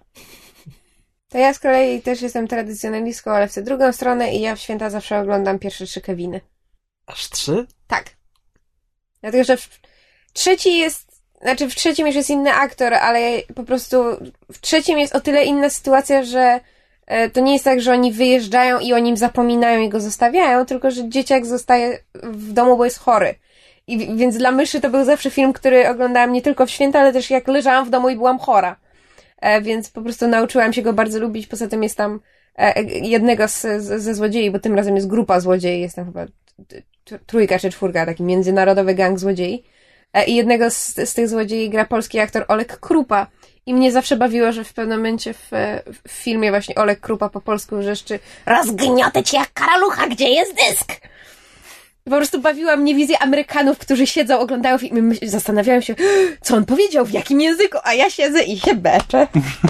To ja z kolei też jestem tradycjonalistką, ale w tę drugą stronę i ja w święta zawsze oglądam pierwsze trzy Keviny. Aż trzy? Tak. Dlatego, że w trzeci jest, znaczy w trzecim już jest inny aktor, ale po prostu w trzecim jest o tyle inna sytuacja, że e, to nie jest tak, że oni wyjeżdżają i o nim zapominają i go zostawiają, tylko że dzieciak zostaje w domu, bo jest chory. I więc dla myszy to był zawsze film, który oglądałam nie tylko w święta, ale też jak leżałam w domu i byłam chora. E, więc po prostu nauczyłam się go bardzo lubić. Poza tym jest tam e, jednego z, z, ze złodziei, bo tym razem jest grupa złodziei, jest tam chyba trójka czy czwórka, taki międzynarodowy gang złodziei. E, I jednego z, z tych złodziei gra polski aktor Olek Krupa. I mnie zawsze bawiło, że w pewnym momencie w, w filmie właśnie Olek Krupa po polsku wrzeszczy: rozgniotę cię jak karalucha, gdzie jest dysk? Po prostu bawiła mnie wizję Amerykanów, którzy siedzą, oglądają film i zastanawiają się, co on powiedział, w jakim języku, a ja siedzę i się beczę.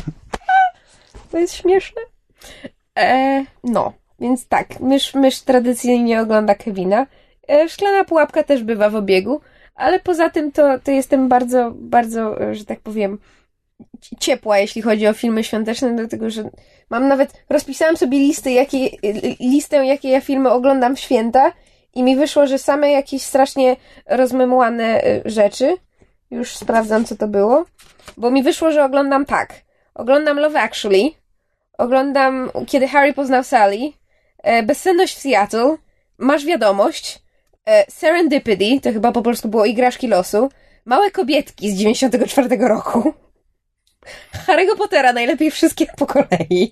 To jest śmieszne. E, no, więc tak, mysz, mysz tradycyjnie ogląda Kevina. E, Szklana pułapka też bywa w obiegu, ale poza tym to, to jestem bardzo, bardzo, że tak powiem, ciepła, jeśli chodzi o filmy świąteczne, dlatego, że mam nawet, rozpisałam sobie listy, jakie, listę, jakie ja filmy oglądam w święta i mi wyszło, że same jakieś strasznie rozmemłane rzeczy. Już sprawdzam, co to było. Bo mi wyszło, że oglądam tak. Oglądam Love Actually, oglądam Kiedy Harry poznał Sally, Bezsenność w Seattle, Masz wiadomość, Serendipity, to chyba po polsku było Igraszki losu, Małe kobietki z dziewięćdziesiątego czwartego roku, Harry'ego Pottera, najlepiej wszystkie po kolei,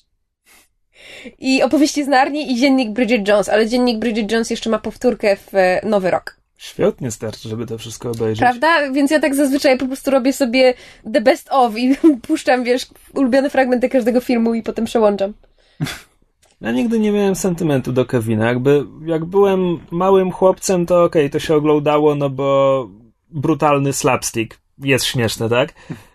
i Opowieści z Narni i Dziennik Bridget Jones, ale Dziennik Bridget Jones jeszcze ma powtórkę w Nowy Rok. Świetnie starczy, żeby to wszystko obejrzeć. Prawda? Więc ja tak zazwyczaj po prostu robię sobie the best of i puszczam, wiesz, ulubione fragmenty każdego filmu i potem przełączam. Ja nigdy nie miałem sentymentu do Kevina. Jakby, jak byłem małym chłopcem, to okej, okay, to się oglądało, no bo brutalny slapstick jest śmieszny, tak?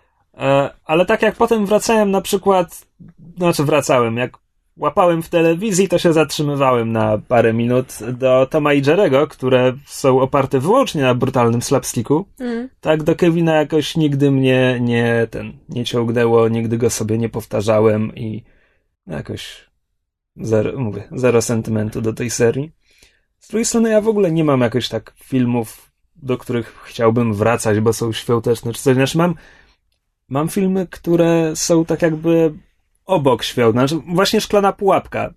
E, ale tak jak potem wracałem na przykład, znaczy wracałem, jak łapałem w telewizji, to się zatrzymywałem na parę minut do Toma i Jerry'ego, które są oparte wyłącznie na brutalnym slapsticku. Mm. Tak, do Kevina jakoś nigdy mnie nie, ten, nie ciągnęło, nigdy go sobie nie powtarzałem i jakoś zero, mówię, zero sentymentu do tej serii. Z drugiej strony ja w ogóle nie mam jakoś tak filmów, do których chciałbym wracać, bo są świąteczne czy coś. Znaczy mam, mam filmy, które są tak jakby obok świąt. Znaczy właśnie Szklana pułapka.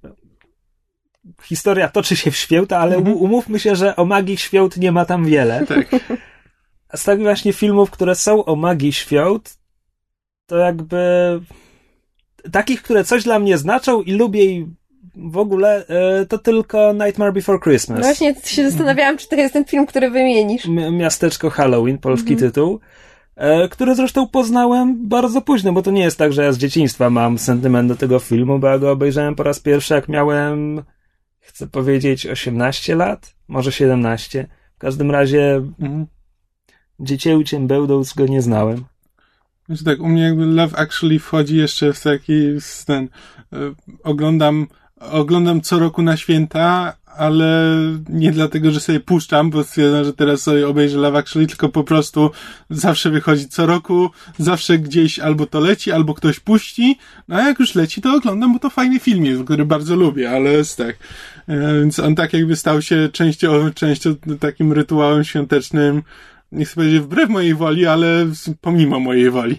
Historia toczy się w święta, ale mm-hmm. umówmy się, że o magii świąt nie ma tam wiele. Tak. A z takich właśnie filmów, które są o magii świąt, to jakby takich, które coś dla mnie znaczą i lubię i w ogóle, to tylko Nightmare Before Christmas. No właśnie się zastanawiałam, czy to jest ten film, który wymienisz. M- Miasteczko Halloween, polski mm-hmm. tytuł. Który zresztą poznałem bardzo późno, bo to nie jest tak, że ja z dzieciństwa mam sentyment do tego filmu, bo ja go obejrzałem po raz pierwszy, jak miałem, chcę powiedzieć, osiemnaście lat, może siedemnaście. W każdym razie mm, dziecięciem będąc go nie znałem. Znaczy tak, u mnie jakby Love Actually wchodzi jeszcze w taki ten, y, oglądam oglądam co roku na święta, ale nie dlatego, że sobie puszczam, bo stwierdzam, że teraz sobie obejrzę Love Actually, tylko po prostu zawsze wychodzi co roku, zawsze gdzieś albo to leci, albo ktoś puści, no a jak już leci, to oglądam, bo to fajny film jest, który bardzo lubię, ale jest tak. Więc on tak jakby stał się częścią, częścią takim rytuałem świątecznym, nie chcę powiedzieć wbrew mojej woli, ale pomimo mojej woli.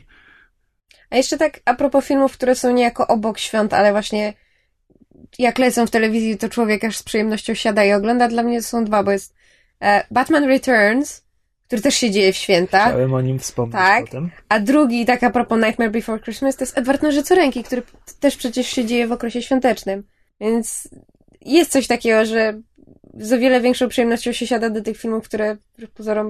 A jeszcze tak a propos filmów, które są niejako obok świąt, ale właśnie jak lecą w telewizji, to człowiek aż z przyjemnością siada i ogląda. Dla mnie są dwa, bo jest e, Batman Returns, który też się dzieje w święta. Chciałem o nim wspomnieć tak. potem. A drugi, tak a propos Nightmare Before Christmas, to jest Edward Nożycoręki, który też przecież się dzieje w okresie świątecznym. Więc jest coś takiego, że z o wiele większą przyjemnością się siada do tych filmów, które pozorom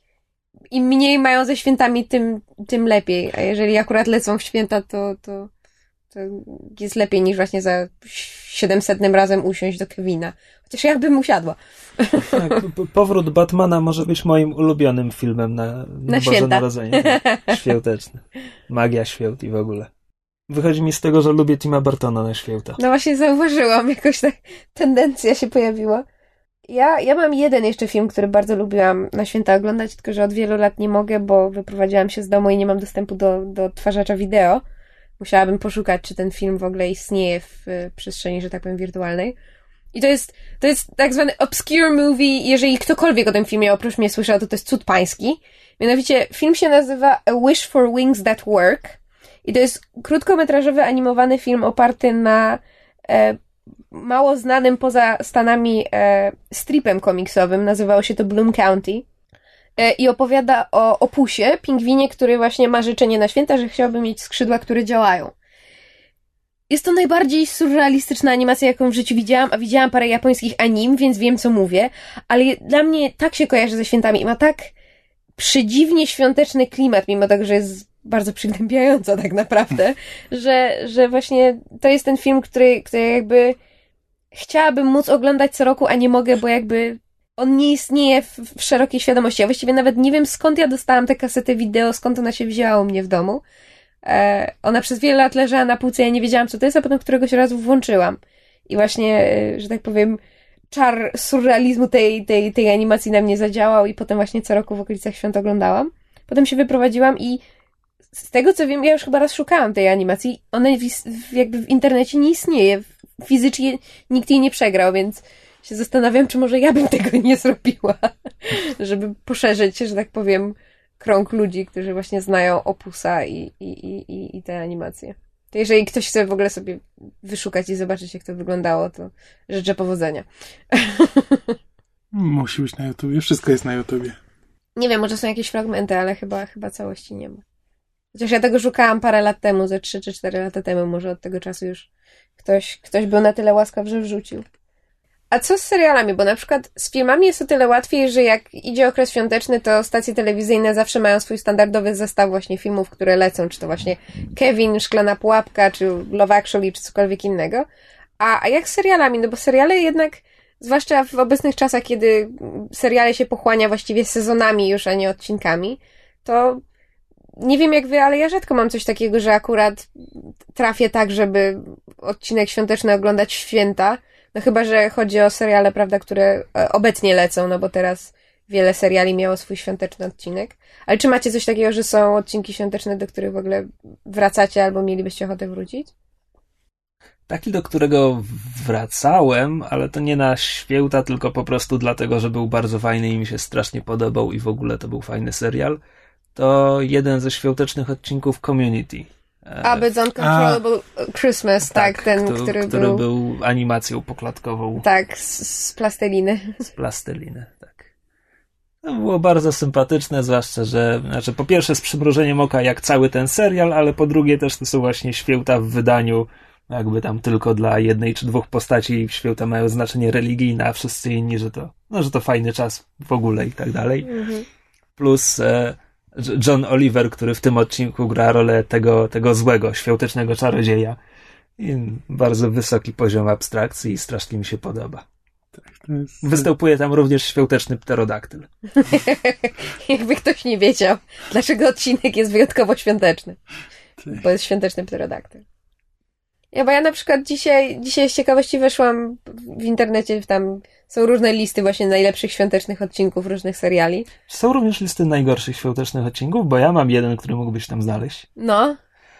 im mniej mają ze świętami, tym, tym lepiej. A jeżeli akurat lecą w święta, to, to, to jest lepiej niż właśnie za siedemsetnym razem usiąść do Kevina. Chociaż ja bym usiadła. Tak, powrót Batmana może być moim ulubionym filmem na, na, na Boże Narodzenie. Tak, świąteczny. Magia świąt i w ogóle. Wychodzi mi z tego, że lubię Tima Burtona na święta. No właśnie zauważyłam, jakoś tak tendencja się pojawiła. Ja, ja mam jeden jeszcze film, który bardzo lubiłam na święta oglądać, tylko że od wielu lat nie mogę, bo wyprowadziłam się z domu i nie mam dostępu do, do odtwarzacza wideo. Musiałabym poszukać, czy ten film w ogóle istnieje w y, przestrzeni, że tak powiem, wirtualnej. I to jest, to jest tak zwany obscure movie. Jeżeli ktokolwiek o tym filmie oprócz mnie słyszał, to to jest cud pański. Mianowicie film się nazywa A Wish for Wings That Work. I to jest krótkometrażowy, animowany film oparty na e, mało znanym poza Stanami e, stripem komiksowym. Nazywało się to Bloom County. E, I opowiada o Opusie, pingwinie, który właśnie ma życzenie na święta, że chciałby mieć skrzydła, które działają. Jest to najbardziej surrealistyczna animacja, jaką w życiu widziałam, a widziałam parę japońskich anim, więc wiem, co mówię, ale dla mnie tak się kojarzy ze świętami i ma tak przedziwnie świąteczny klimat, mimo tego, że jest bardzo przygnębiająca tak naprawdę, że, że właśnie to jest ten film, który, który jakby chciałabym móc oglądać co roku, a nie mogę, bo jakby on nie istnieje w, w szerokiej świadomości. Ja właściwie nawet nie wiem, skąd ja dostałam tę kasetę wideo, skąd ona się wzięła u mnie w domu. E, ona przez wiele lat leżała na półce, ja nie wiedziałam, co to jest, a potem któregoś razu włączyłam. I właśnie, że tak powiem, czar surrealizmu tej, tej, tej animacji na mnie zadziałał i potem właśnie co roku w okolicach świąt oglądałam. Potem się wyprowadziłam i z tego co wiem, ja już chyba raz szukałam tej animacji, ona w, w, jakby w internecie nie istnieje. Fizycznie nikt jej nie przegrał, więc się zastanawiam, czy może ja bym tego nie zrobiła, żeby poszerzyć, że tak powiem, krąg ludzi, którzy właśnie znają Opusa i, i, i, i te animacje. To jeżeli ktoś chce w ogóle sobie wyszukać i zobaczyć, jak to wyglądało, to życzę powodzenia. Musi być na YouTubie, wszystko jest na YouTubie. Nie wiem, może są jakieś fragmenty, ale chyba, chyba całości nie ma. Chociaż ja tego szukałam parę lat temu, ze trzy czy cztery lata temu, może od tego czasu już ktoś, ktoś był na tyle łaskaw, że wrzucił. A co z serialami? Bo na przykład z filmami jest o tyle łatwiej, że jak idzie okres świąteczny, to stacje telewizyjne zawsze mają swój standardowy zestaw właśnie filmów, które lecą, czy to właśnie Kevin, Szklana Pułapka, czy Love Actually, czy cokolwiek innego. A, a jak z serialami? No bo seriale jednak, zwłaszcza w obecnych czasach, kiedy seriale się pochłania właściwie sezonami już, a nie odcinkami, to nie wiem jak wy, ale ja rzadko mam coś takiego, że akurat trafię tak, żeby odcinek świąteczny oglądać w święta. No chyba, że chodzi o seriale, prawda, które obecnie lecą, no bo teraz wiele seriali miało swój świąteczny odcinek. Ale czy macie coś takiego, że są odcinki świąteczne, do których w ogóle wracacie albo mielibyście ochotę wrócić? Taki, do którego wracałem, ale to nie na święta, tylko po prostu dlatego, że był bardzo fajny i mi się strasznie podobał i w ogóle to był fajny serial, to jeden ze świątecznych odcinków Community. A, But Uncontrollable Christmas, tak, tak ten, kto, który, który był... był animacją poklatkową. Tak, z, z plasteliny. Z plasteliny, tak. To było bardzo sympatyczne, zwłaszcza, że znaczy po pierwsze z przymrużeniem oka jak cały ten serial, ale po drugie też to są właśnie święta w wydaniu jakby tam tylko dla jednej czy dwóch postaci. Święta mają znaczenie religijne, a wszyscy inni, że to, no, że to fajny czas w ogóle i tak dalej. Mm-hmm. Plus e, John Oliver, który w tym odcinku gra rolę tego, tego złego, świątecznego czarodzieja. I bardzo wysoki poziom abstrakcji i strasznie mi się podoba. Tak, to jest... Występuje tam również świąteczny pterodaktyl. Jakby ktoś nie wiedział, dlaczego odcinek jest wyjątkowo świąteczny. Bo jest świąteczny pterodaktyl. Ja, bo ja na przykład dzisiaj, dzisiaj z ciekawości weszłam w internecie, tam są różne listy właśnie najlepszych świątecznych odcinków różnych seriali. Są również listy najgorszych świątecznych odcinków, bo ja mam jeden, który mógłbyś tam znaleźć. No.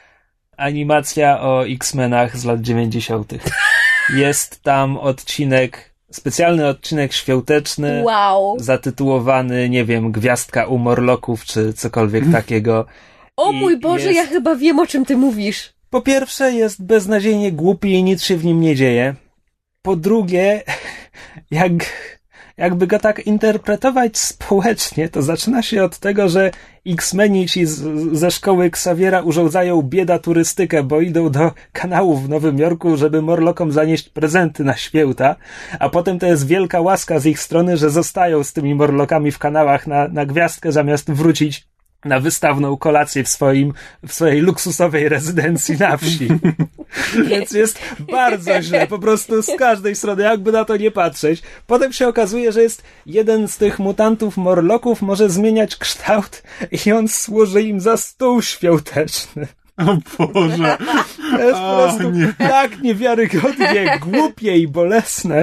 Animacja o X-Menach z lat dziewięćdziesiątych. Jest tam odcinek, specjalny odcinek świąteczny. Wow. Zatytułowany, nie wiem, Gwiazdka u Morlocków, czy cokolwiek takiego. O mój Boże, jest... ja chyba wiem, o czym ty mówisz. Po pierwsze, jest beznadziejnie głupi i nic się w nim nie dzieje. Po drugie, jak, jakby go tak interpretować społecznie, to zaczyna się od tego, że X-Meni ci z, ze szkoły Xaviera urządzają bieda turystykę, bo idą do kanałów w Nowym Jorku, żeby Morlockom zanieść prezenty na święta, a potem to jest wielka łaska z ich strony, że zostają z tymi Morlockami w kanałach na, na gwiazdkę, zamiast wrócić na wystawną kolację w swoim, w swojej luksusowej rezydencji na wsi. Więc jest bardzo źle, po prostu z każdej strony, jakby na to nie patrzeć. Potem się okazuje, że jest jeden z tych mutantów Morlocków może zmieniać kształt i on służy im za stół świąteczny. O Boże. To jest o, po prostu nie. tak niewiarygodnie głupie i bolesne.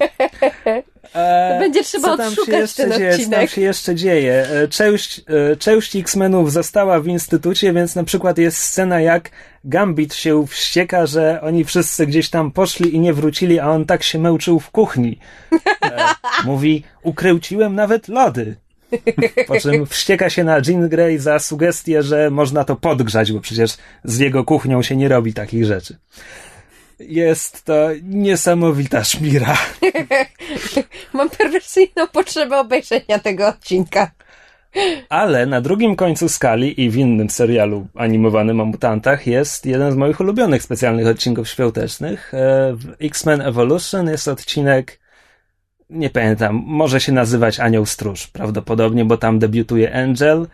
To będzie trzeba odszukać ten dzieje, odcinek. Co tam się jeszcze dzieje? Część, część X-Menów została w instytucie, więc na przykład jest scena, jak Gambit się wścieka, że oni wszyscy gdzieś tam poszli i nie wrócili, a on tak się męczył w kuchni. Mówi, ukręciłem nawet lody. Po czym wścieka się na Jean Grey za sugestię, że można to podgrzać, bo przecież z jego kuchnią się nie robi takich rzeczy. Jest to niesamowita szmira. Mam perwersyjną potrzebę obejrzenia tego odcinka. Ale na drugim końcu skali i w innym serialu animowanym o mutantach jest jeden z moich ulubionych specjalnych odcinków świątecznych. W X-Men Evolution jest odcinek, nie pamiętam, może się nazywać Anioł Stróż prawdopodobnie, bo tam debiutuje Angel.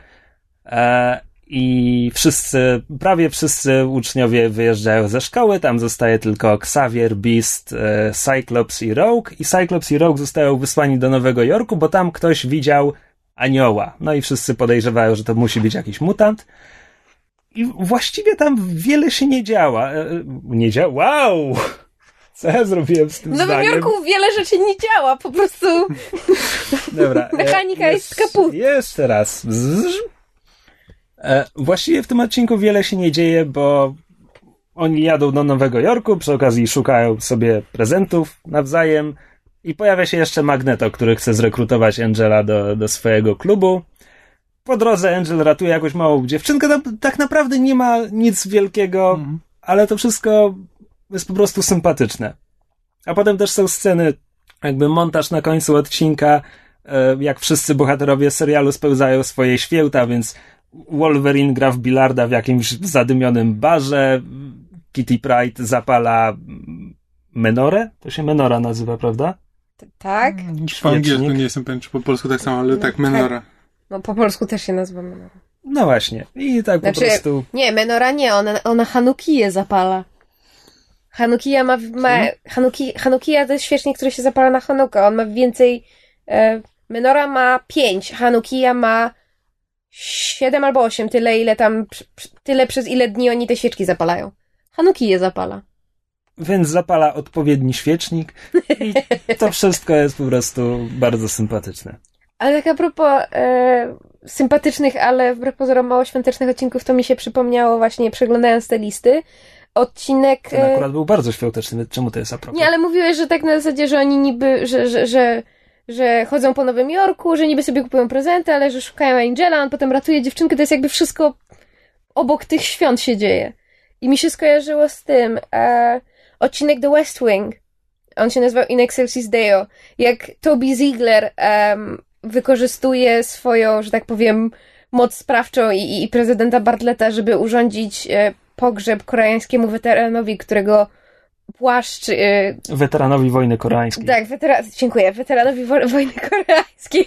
I wszyscy, prawie wszyscy uczniowie wyjeżdżają ze szkoły, tam zostaje tylko Xavier, Beast, e, Cyclops i Rogue i Cyclops i Rogue zostają wysłani do Nowego Jorku, bo tam ktoś widział anioła. No i wszyscy podejrzewają, że to musi być jakiś mutant. I właściwie tam wiele się nie działa. E, nie działa? Wow! Co ja zrobiłem z tym W Nowym zdaniem? Jorku wiele rzeczy nie działa, po prostu Dobra, mechanika e, jest kaput. Jeszcze raz. Bzz. E, właściwie w tym odcinku wiele się nie dzieje, bo oni jadą do Nowego Jorku, przy okazji szukają sobie prezentów nawzajem i pojawia się jeszcze Magneto, który chce zrekrutować Angela do, do swojego klubu. Po drodze Angel ratuje jakąś małą dziewczynkę, tam tak naprawdę nie ma nic wielkiego, mhm. ale to wszystko jest po prostu sympatyczne. A potem też są sceny, jakby montaż na końcu odcinka, jak wszyscy bohaterowie serialu spełzają swoje święta, więc Wolverine gra w bilarda w jakimś zadymionym barze, Kitty Pryde zapala menorę? To się menora nazywa, prawda? Tak. Po angielsku nie jestem pewien, czy po polsku tak samo, ale no, tak, menora. Tak. No po polsku też się nazywa menora. No właśnie. I tak znaczy, po prostu... Nie, menora nie, ona, ona Hanukiję zapala. Hanukiya ma... ma Hanuki, Hanukiya to jest świecznik, który się zapala na Hanukę. On ma więcej... E, menora ma pięć, Hanukiya ma siedem albo osiem, tyle ile tam... Tyle przez ile dni oni te świeczki zapalają. Hanukiję zapala. Więc zapala odpowiedni świecznik i to wszystko jest po prostu bardzo sympatyczne. Ale tak a propos e, sympatycznych, ale wbrew pozorom mało świątecznych odcinków, to mi się przypomniało właśnie przeglądając te listy. Odcinek... Ten akurat był bardzo świąteczny, czemu to jest a propos? Nie, ale mówiłeś, że tak na zasadzie, że oni niby, że, że, że, że chodzą po Nowym Jorku, że niby sobie kupują prezenty, ale że szukają Angela, on potem ratuje dziewczynkę, to jest jakby wszystko obok tych świąt się dzieje. I mi się skojarzyło z tym e, odcinek The West Wing. On się nazywał In Excelsis Deo. Jak Toby Ziegler um, wykorzystuje swoją, że tak powiem, moc sprawczą i, i prezydenta Bartletta, żeby urządzić e, pogrzeb koreańskiemu weteranowi, którego płaszcz... E, weteranowi wojny koreańskiej. Tak, wetera- dziękuję. Weteranowi wo- wojny koreańskiej,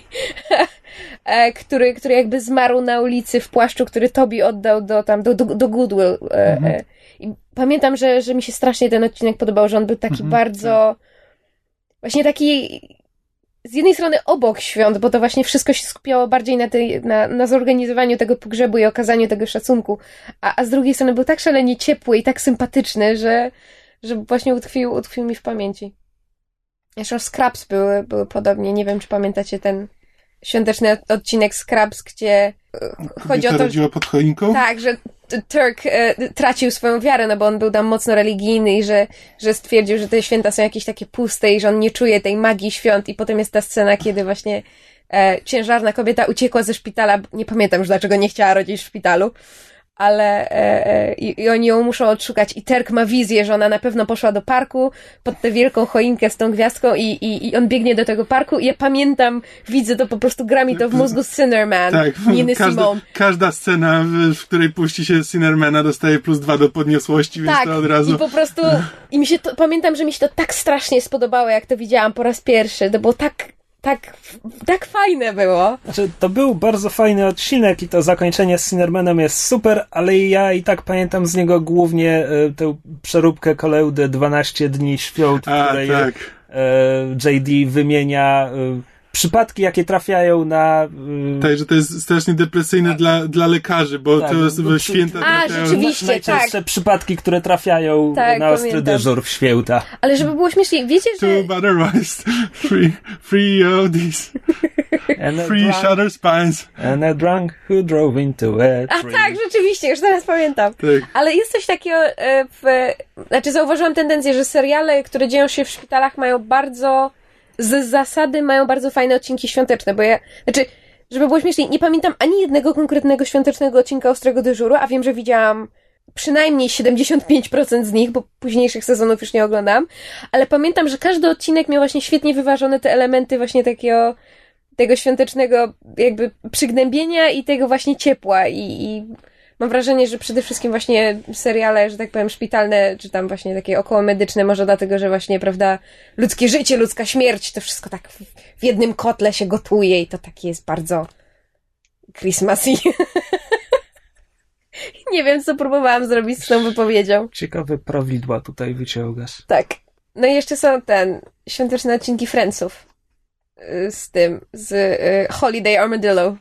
e, który, który jakby zmarł na ulicy w płaszczu, który Toby oddał do, tam, do, do, do Goodwill. E, mhm. e, I pamiętam, że, że mi się strasznie ten odcinek podobał, że on był taki mhm, bardzo... Tak. Właśnie taki... Z jednej strony obok świąt, bo to właśnie wszystko się skupiało bardziej na, tej, na, na zorganizowaniu tego pogrzebu i okazaniu tego szacunku, a, a z drugiej strony był tak szalenie ciepły i tak sympatyczny, że, że właśnie utkwił, utkwił mi w pamięci. Zresztą Scrubs były, były podobnie. Nie wiem, czy pamiętacie ten świąteczny odcinek Scrubs, gdzie chodzi o to... rodziła pod choinką? Tak, że Turk e, tracił swoją wiarę, no bo on był tam mocno religijny i że, że stwierdził, że te święta są jakieś takie puste i że on nie czuje tej magii świąt i potem jest ta scena, kiedy właśnie e, ciężarna kobieta uciekła ze szpitala, nie pamiętam już dlaczego nie chciała rodzić w szpitalu, ale e, e, i, i oni ją muszą odszukać i Turk ma wizję, że ona na pewno poszła do parku pod tę wielką choinkę z tą gwiazdką i, i, i on biegnie do tego parku i ja pamiętam, widzę to po prostu, gra mi to w mózgu Sinnerman, tak, Niny każda, Simone. Każda scena, w, w której puści się Sinnermana, dostaje plus dwa do podniosłości, więc tak, to od razu... i po prostu i mi się to, pamiętam, że mi się to tak strasznie spodobało, jak to widziałam po raz pierwszy, to było tak Tak, tak fajne było. Znaczy, to był bardzo fajny odcinek i to zakończenie z Sinnermanem jest super, ale ja i tak pamiętam z niego głównie y, tę przeróbkę Koleudy dwanaście dni świąt, w której tak. y, J D wymienia y, przypadki, jakie trafiają na... Y... Tak, że to jest strasznie depresyjne dla, dla lekarzy, bo tak, to jest w święta A, trafiają... rzeczywiście, najczęstsze tak. przypadki, które trafiają tak, na ostry pamiętam. dyżur w święta. Ale żeby było śmieszniej, wiecie, że... Two butterwise, free, free oldies, free drunk, shutter spines. And a drunk who drove into it. A tak, rzeczywiście, już teraz pamiętam. Tak. Ale jest coś takiego w... Znaczy zauważyłam tendencję, że seriale, które dzieją się w szpitalach mają bardzo... Z zasady mają bardzo fajne odcinki świąteczne, bo ja, znaczy, żeby było śmieszniej, nie pamiętam ani jednego konkretnego świątecznego odcinka Ostrego Dyżuru, a wiem, że widziałam przynajmniej siedemdziesiąt pięć procent z nich, bo późniejszych sezonów już nie oglądam, ale pamiętam, że każdy odcinek miał właśnie świetnie wyważone te elementy właśnie takiego, tego świątecznego jakby przygnębienia i tego właśnie ciepła i, i mam wrażenie, że przede wszystkim właśnie seriale, że tak powiem, szpitalne, czy tam właśnie takie okołomedyczne, może dlatego, że właśnie, prawda, ludzkie życie, ludzka śmierć, to wszystko tak w, w jednym kotle się gotuje i to takie jest bardzo Christmasy. Nie wiem, co próbowałam zrobić z tą wypowiedzią. Ciekawe prawidła tutaj wyciągasz. Tak. No i jeszcze są ten, świąteczne odcinki Friendsów. Z tym, z y, Holiday Armadillo.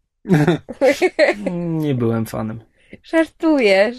Nie byłem fanem. Żartujesz.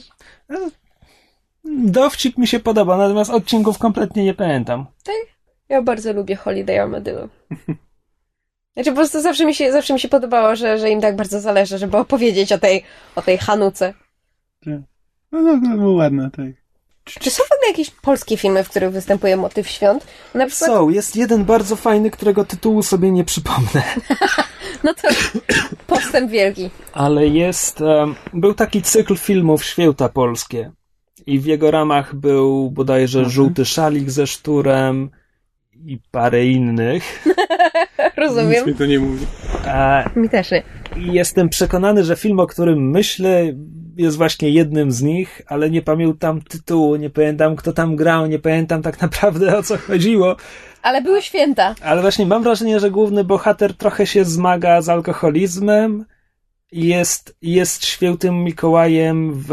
Dowcip mi się podoba, natomiast odcinków kompletnie nie pamiętam. Tak? Ja bardzo lubię Holiday Armadillo. Znaczy po prostu zawsze mi się, zawsze mi się podobało, że, że im tak bardzo zależy, żeby opowiedzieć o tej, o tej Hanuce. No, no, no było ładne, tak. Czy są w ogóle jakieś polskie filmy, w których występuje motyw świąt? Na przykład... Są, jest jeden bardzo fajny, którego tytułu sobie nie przypomnę. No to postęp wielki. Ale jest, um, był taki cykl filmów Święta Polskie i w jego ramach był bodajże mhm. Żółty Szalik ze Szturem i parę innych. Rozumiem. Nic mi to nie mówi. A, mi też nie. I jestem przekonany, że film, o którym myślę, jest właśnie jednym z nich, ale nie pamiętam tytułu, nie pamiętam kto tam grał, nie pamiętam tak naprawdę o co chodziło. Ale były święta. Ale właśnie mam wrażenie, że główny bohater trochę się zmaga z alkoholizmem i jest, jest świętym Mikołajem w,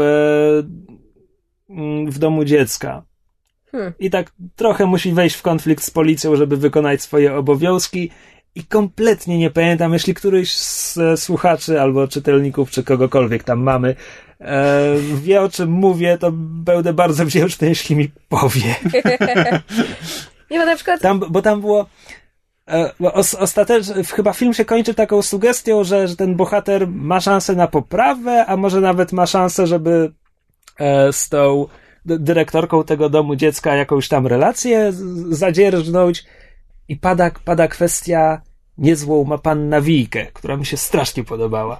w domu dziecka. Hmm. I tak trochę musi wejść w konflikt z policją, żeby wykonać swoje obowiązki. I kompletnie nie pamiętam, jeśli któryś z słuchaczy albo czytelników, czy kogokolwiek tam mamy, e, wie o czym mówię, to będę bardzo wdzięczny, jeśli mi powie. Nie, bo na przykład... Tam, bo tam było... E, os, ostatecznie, chyba film się kończy taką sugestią, że, że ten bohater ma szansę na poprawę, a może nawet ma szansę, żeby e, z tą dyrektorką tego domu dziecka jakąś tam relację zadzierżnąć. I pada, pada kwestia niezłą ma panna Wijkę, która mi się strasznie podobała.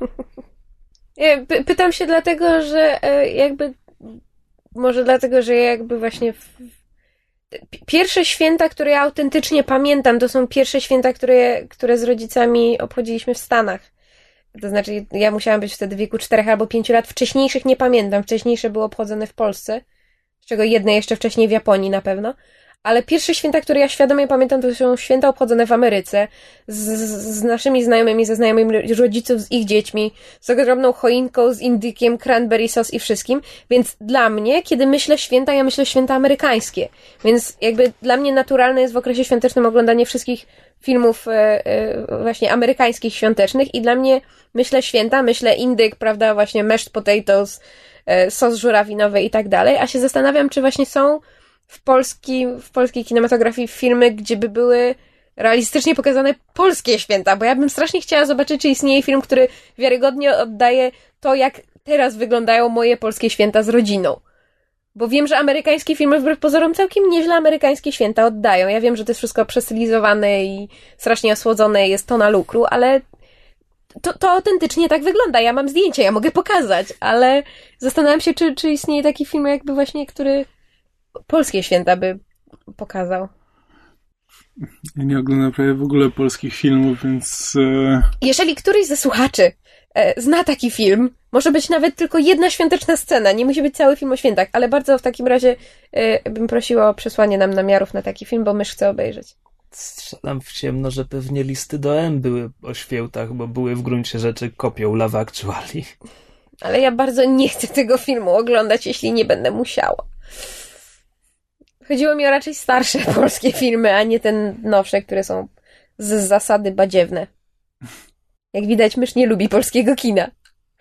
Py- pytam się dlatego, że jakby może dlatego, że jakby właśnie w... pierwsze święta, które ja autentycznie pamiętam, to są pierwsze święta, które, które z rodzicami obchodziliśmy w Stanach. To znaczy ja musiałam być wtedy w wieku czterech albo pięciu lat. Wcześniejszych nie pamiętam. Wcześniejsze były obchodzone w Polsce, z czego jedne jeszcze wcześniej w Japonii na pewno. Ale pierwsze święta, które ja świadomie pamiętam, to są święta obchodzone w Ameryce, z, z naszymi znajomymi, ze znajomymi rodziców, z ich dziećmi, z ogromną choinką, z indykiem, cranberry sauce i wszystkim. Więc dla mnie, kiedy myślę święta, ja myślę święta amerykańskie. Więc jakby dla mnie naturalne jest w okresie świątecznym oglądanie wszystkich filmów e, e, właśnie amerykańskich świątecznych i dla mnie myślę święta, myślę indyk, prawda, właśnie mashed potatoes, e, sos żurawinowy i tak dalej, a się zastanawiam, czy właśnie są w, polski, w polskiej kinematografii filmy, gdzie by były realistycznie pokazane polskie święta, bo ja bym strasznie chciała zobaczyć, czy istnieje film, który wiarygodnie oddaje to, jak teraz wyglądają moje polskie święta z rodziną. Bo wiem, że amerykańskie filmy wbrew pozorom całkiem nieźle amerykańskie święta oddają. Ja wiem, że to jest wszystko przestylizowane i strasznie osłodzone jest to na lukru, ale to, to autentycznie tak wygląda. Ja mam zdjęcie, ja mogę pokazać, ale zastanawiam się, czy, czy istnieje taki film jakby właśnie, który polskie święta by pokazał. Ja nie oglądam prawie w ogóle polskich filmów, więc... E... Jeżeli któryś ze słuchaczy e, zna taki film, może być nawet tylko jedna świąteczna scena, nie musi być cały film o świętach, ale bardzo w takim razie e, bym prosiła o przesłanie nam namiarów na taki film, bo mysz chce obejrzeć. Strzelam w ciemno, że pewnie listy do M były o świętach, bo były w gruncie rzeczy kopią Love Actually. Ale ja bardzo nie chcę tego filmu oglądać, jeśli nie będę musiała. Chodziło mi o raczej starsze polskie filmy, a nie te nowsze, które są z zasady badziewne. Jak widać, mysz nie lubi polskiego kina.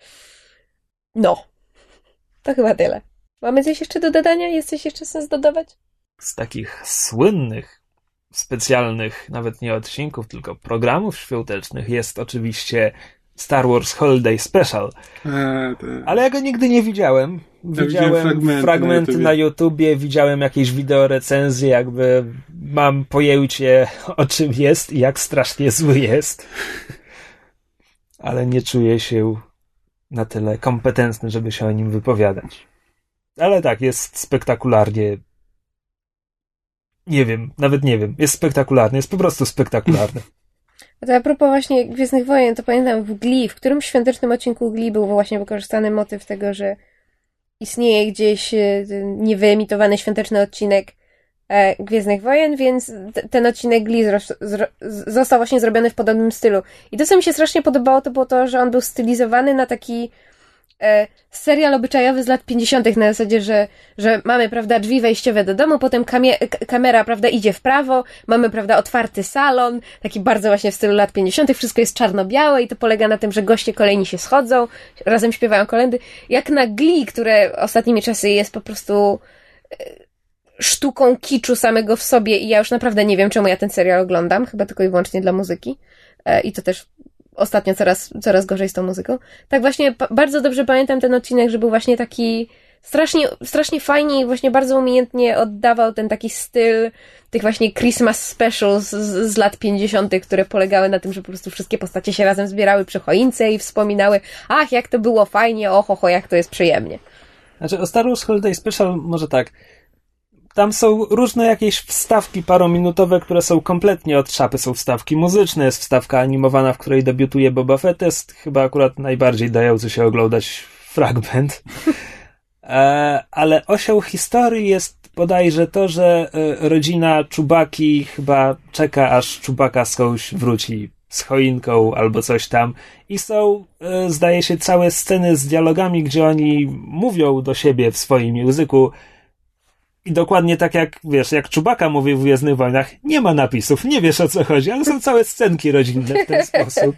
No. To chyba tyle. Mamy coś jeszcze do dodania? Jest coś jeszcze sens dodawać? Z takich słynnych, specjalnych, nawet nie odcinków, tylko programów świątecznych jest oczywiście Star Wars Holiday Special. A, to... Ale ja go nigdy nie widziałem. Widziałem ja fragmenty, fragmenty na, na YouTubie, widziałem jakieś wideo recenzje, jakby mam pojęcie o czym jest i jak strasznie zły jest. Ale nie czuję się na tyle kompetentny, żeby się o nim wypowiadać. Ale tak, jest spektakularnie. Nie wiem, nawet nie wiem. Jest spektakularny, jest po prostu spektakularny. A to a propos właśnie Gwiezdnych Wojen, to pamiętam w Glee, w którymś świątecznym odcinku Glee był właśnie wykorzystany motyw tego, że istnieje gdzieś niewyemitowany świąteczny odcinek e, Gwiezdnych Wojen, więc t- ten odcinek Glee zro- zro- został właśnie zrobiony w podobnym stylu. I to, co mi się strasznie podobało, to było to, że on był stylizowany na taki e, serial obyczajowy z lat pięćdziesiątych na zasadzie, że, że mamy, prawda, drzwi wejściowe do domu, potem kamie- k- kamera, prawda, idzie w prawo, mamy, prawda, otwarty salon, taki bardzo właśnie w stylu lat pięćdziesiątych, wszystko jest czarno-białe i to polega na tym, że goście kolejni się schodzą, razem śpiewają kolędy. Jak na Glee, które ostatnimi czasy jest po prostu e, sztuką kiczu samego w sobie i ja już naprawdę nie wiem, czemu ja ten serial oglądam, chyba tylko i wyłącznie dla muzyki. i to też ostatnio coraz, coraz gorzej z tą muzyką. Tak właśnie pa- bardzo dobrze pamiętam ten odcinek, że był właśnie taki strasznie, strasznie fajnie i właśnie bardzo umiejętnie oddawał ten taki styl tych właśnie Christmas specials z, z lat pięćdziesiątych, które polegały na tym, że po prostu wszystkie postacie się razem zbierały przy choince i wspominały, ach, jak to było fajnie, oho, ho, jak to jest przyjemnie. Znaczy, o Star Wars Holiday Special może tak. Tam są różne jakieś wstawki parominutowe, które są kompletnie od szapy. Są wstawki muzyczne, jest wstawka animowana, w której debiutuje Boba Fett. Jest chyba akurat najbardziej dający się oglądać fragment. e, ale osią historii jest bodajże to, że e, rodzina Chewbacki chyba czeka, aż Chewbacca skądś wróci z choinką albo coś tam. I są, e, zdaje się, całe sceny z dialogami, gdzie oni mówią do siebie w swoim języku. I dokładnie tak jak, wiesz, jak Chewbacca mówi w Gwiezdnych Wojnach, nie ma napisów, nie wiesz o co chodzi, ale są całe scenki rodzinne w ten sposób.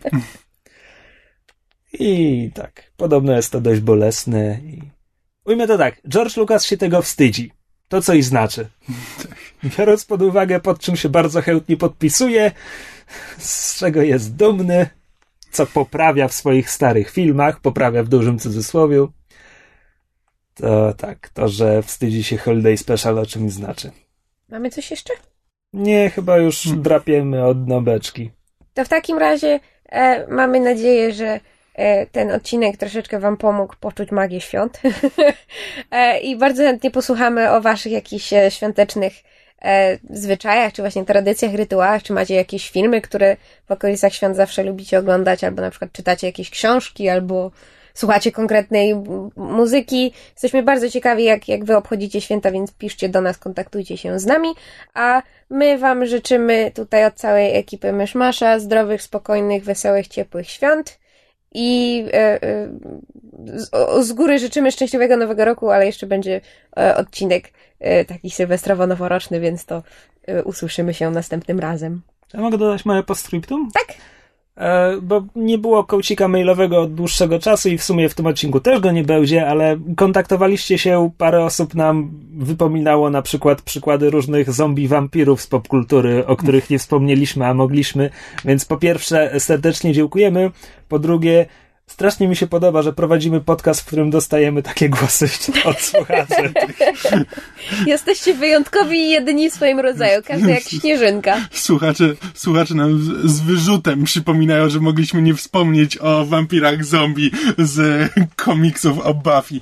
I tak, podobno jest to dość bolesne. I... Ujmę to tak, George Lucas się tego wstydzi. To coś znaczy. Biorąc pod uwagę, pod czym się bardzo chętnie podpisuje, z czego jest dumny, co poprawia w swoich starych filmach, poprawia w dużym cudzysłowiu, to tak, to, że wstydzi się Holiday Special, o czym znaczy. Mamy coś jeszcze? Nie, chyba już drapiemy od dna beczki. To w takim razie e, mamy nadzieję, że e, ten odcinek troszeczkę wam pomógł poczuć magię świąt. e, I bardzo chętnie posłuchamy o waszych jakichś e, świątecznych e, zwyczajach, czy właśnie tradycjach, rytuałach, czy macie jakieś filmy, które w okolicach świąt zawsze lubicie oglądać, albo na przykład czytacie jakieś książki, albo słuchacie konkretnej muzyki. Jesteśmy bardzo ciekawi, jak, jak wy obchodzicie święta, więc piszcie do nas, kontaktujcie się z nami, a my wam życzymy tutaj od całej ekipy Myszmasza zdrowych, spokojnych, wesołych, ciepłych świąt i e, e, z, o, z góry życzymy szczęśliwego nowego roku, ale jeszcze będzie e, odcinek e, taki sylwestrowo-noworoczny, więc to e, usłyszymy się następnym razem. Ja mogę dodać małe postscriptum? Tak? E, bo nie było kołcika mailowego od dłuższego czasu i w sumie w tym odcinku też go nie będzie, ale kontaktowaliście się, parę osób nam wypominało na przykład przykłady różnych zombie wampirów z popkultury, o których nie wspomnieliśmy, a mogliśmy, więc po pierwsze serdecznie dziękujemy, po drugie strasznie mi się podoba, że prowadzimy podcast, w którym dostajemy takie głosy od słuchaczy. Jesteście wyjątkowi i jedyni w swoim rodzaju, każdy jak śnieżynka. Słuchacze, słuchacze nam z, z wyrzutem przypominają, że mogliśmy nie wspomnieć o wampirach zombie z komiksów o Buffy.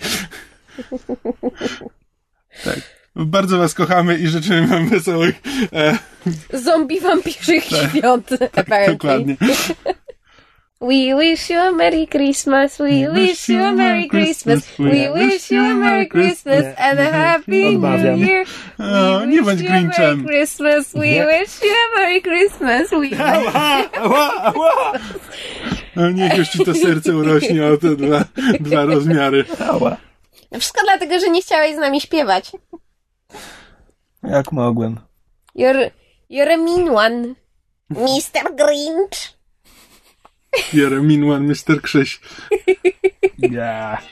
Tak. Bardzo was kochamy i życzymy wam wesołych e... zombie wampirzych tak. świąt. Tak, dokładnie. We wish you a Merry Christmas, we wish you a Merry Christmas, we wish you a Merry Christmas and a Happy New Year. O, nie bądź Grinchem. Merry Christmas, we wish you a Merry Christmas, we wish you a No niech już ci to serce urośnie o te dwa, dwa rozmiary. Wszystko dlatego, że nie chciałeś z nami śpiewać. Jak mogłem. You're, you're a mean one, mister Grinch. You're a mean one, mister Krzyś. Yeah.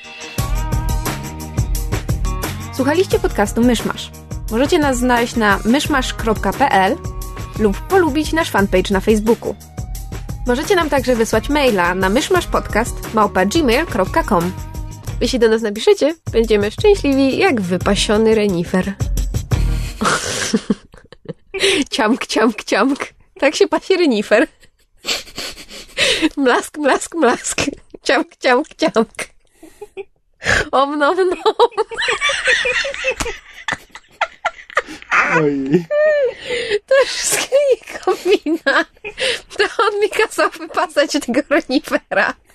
Słuchaliście podcastu Myszmasz. Możecie nas znaleźć na myszmasz kropka p l lub polubić nasz fanpage na Facebooku. Możecie nam także wysłać maila na myszmaszpodcast małpa gmail kropka com. Jeśli do nas napiszecie, będziemy szczęśliwi jak wypasiony renifer. Ciamk, ciamk, ciamk. Tak się pasi renifer. Mlask, mlask, mlask. Ciamk, ciamk, ciamk. Om nom nom. Oj. To wszystko jego wina. To on mi kazał wypasać tego renifera.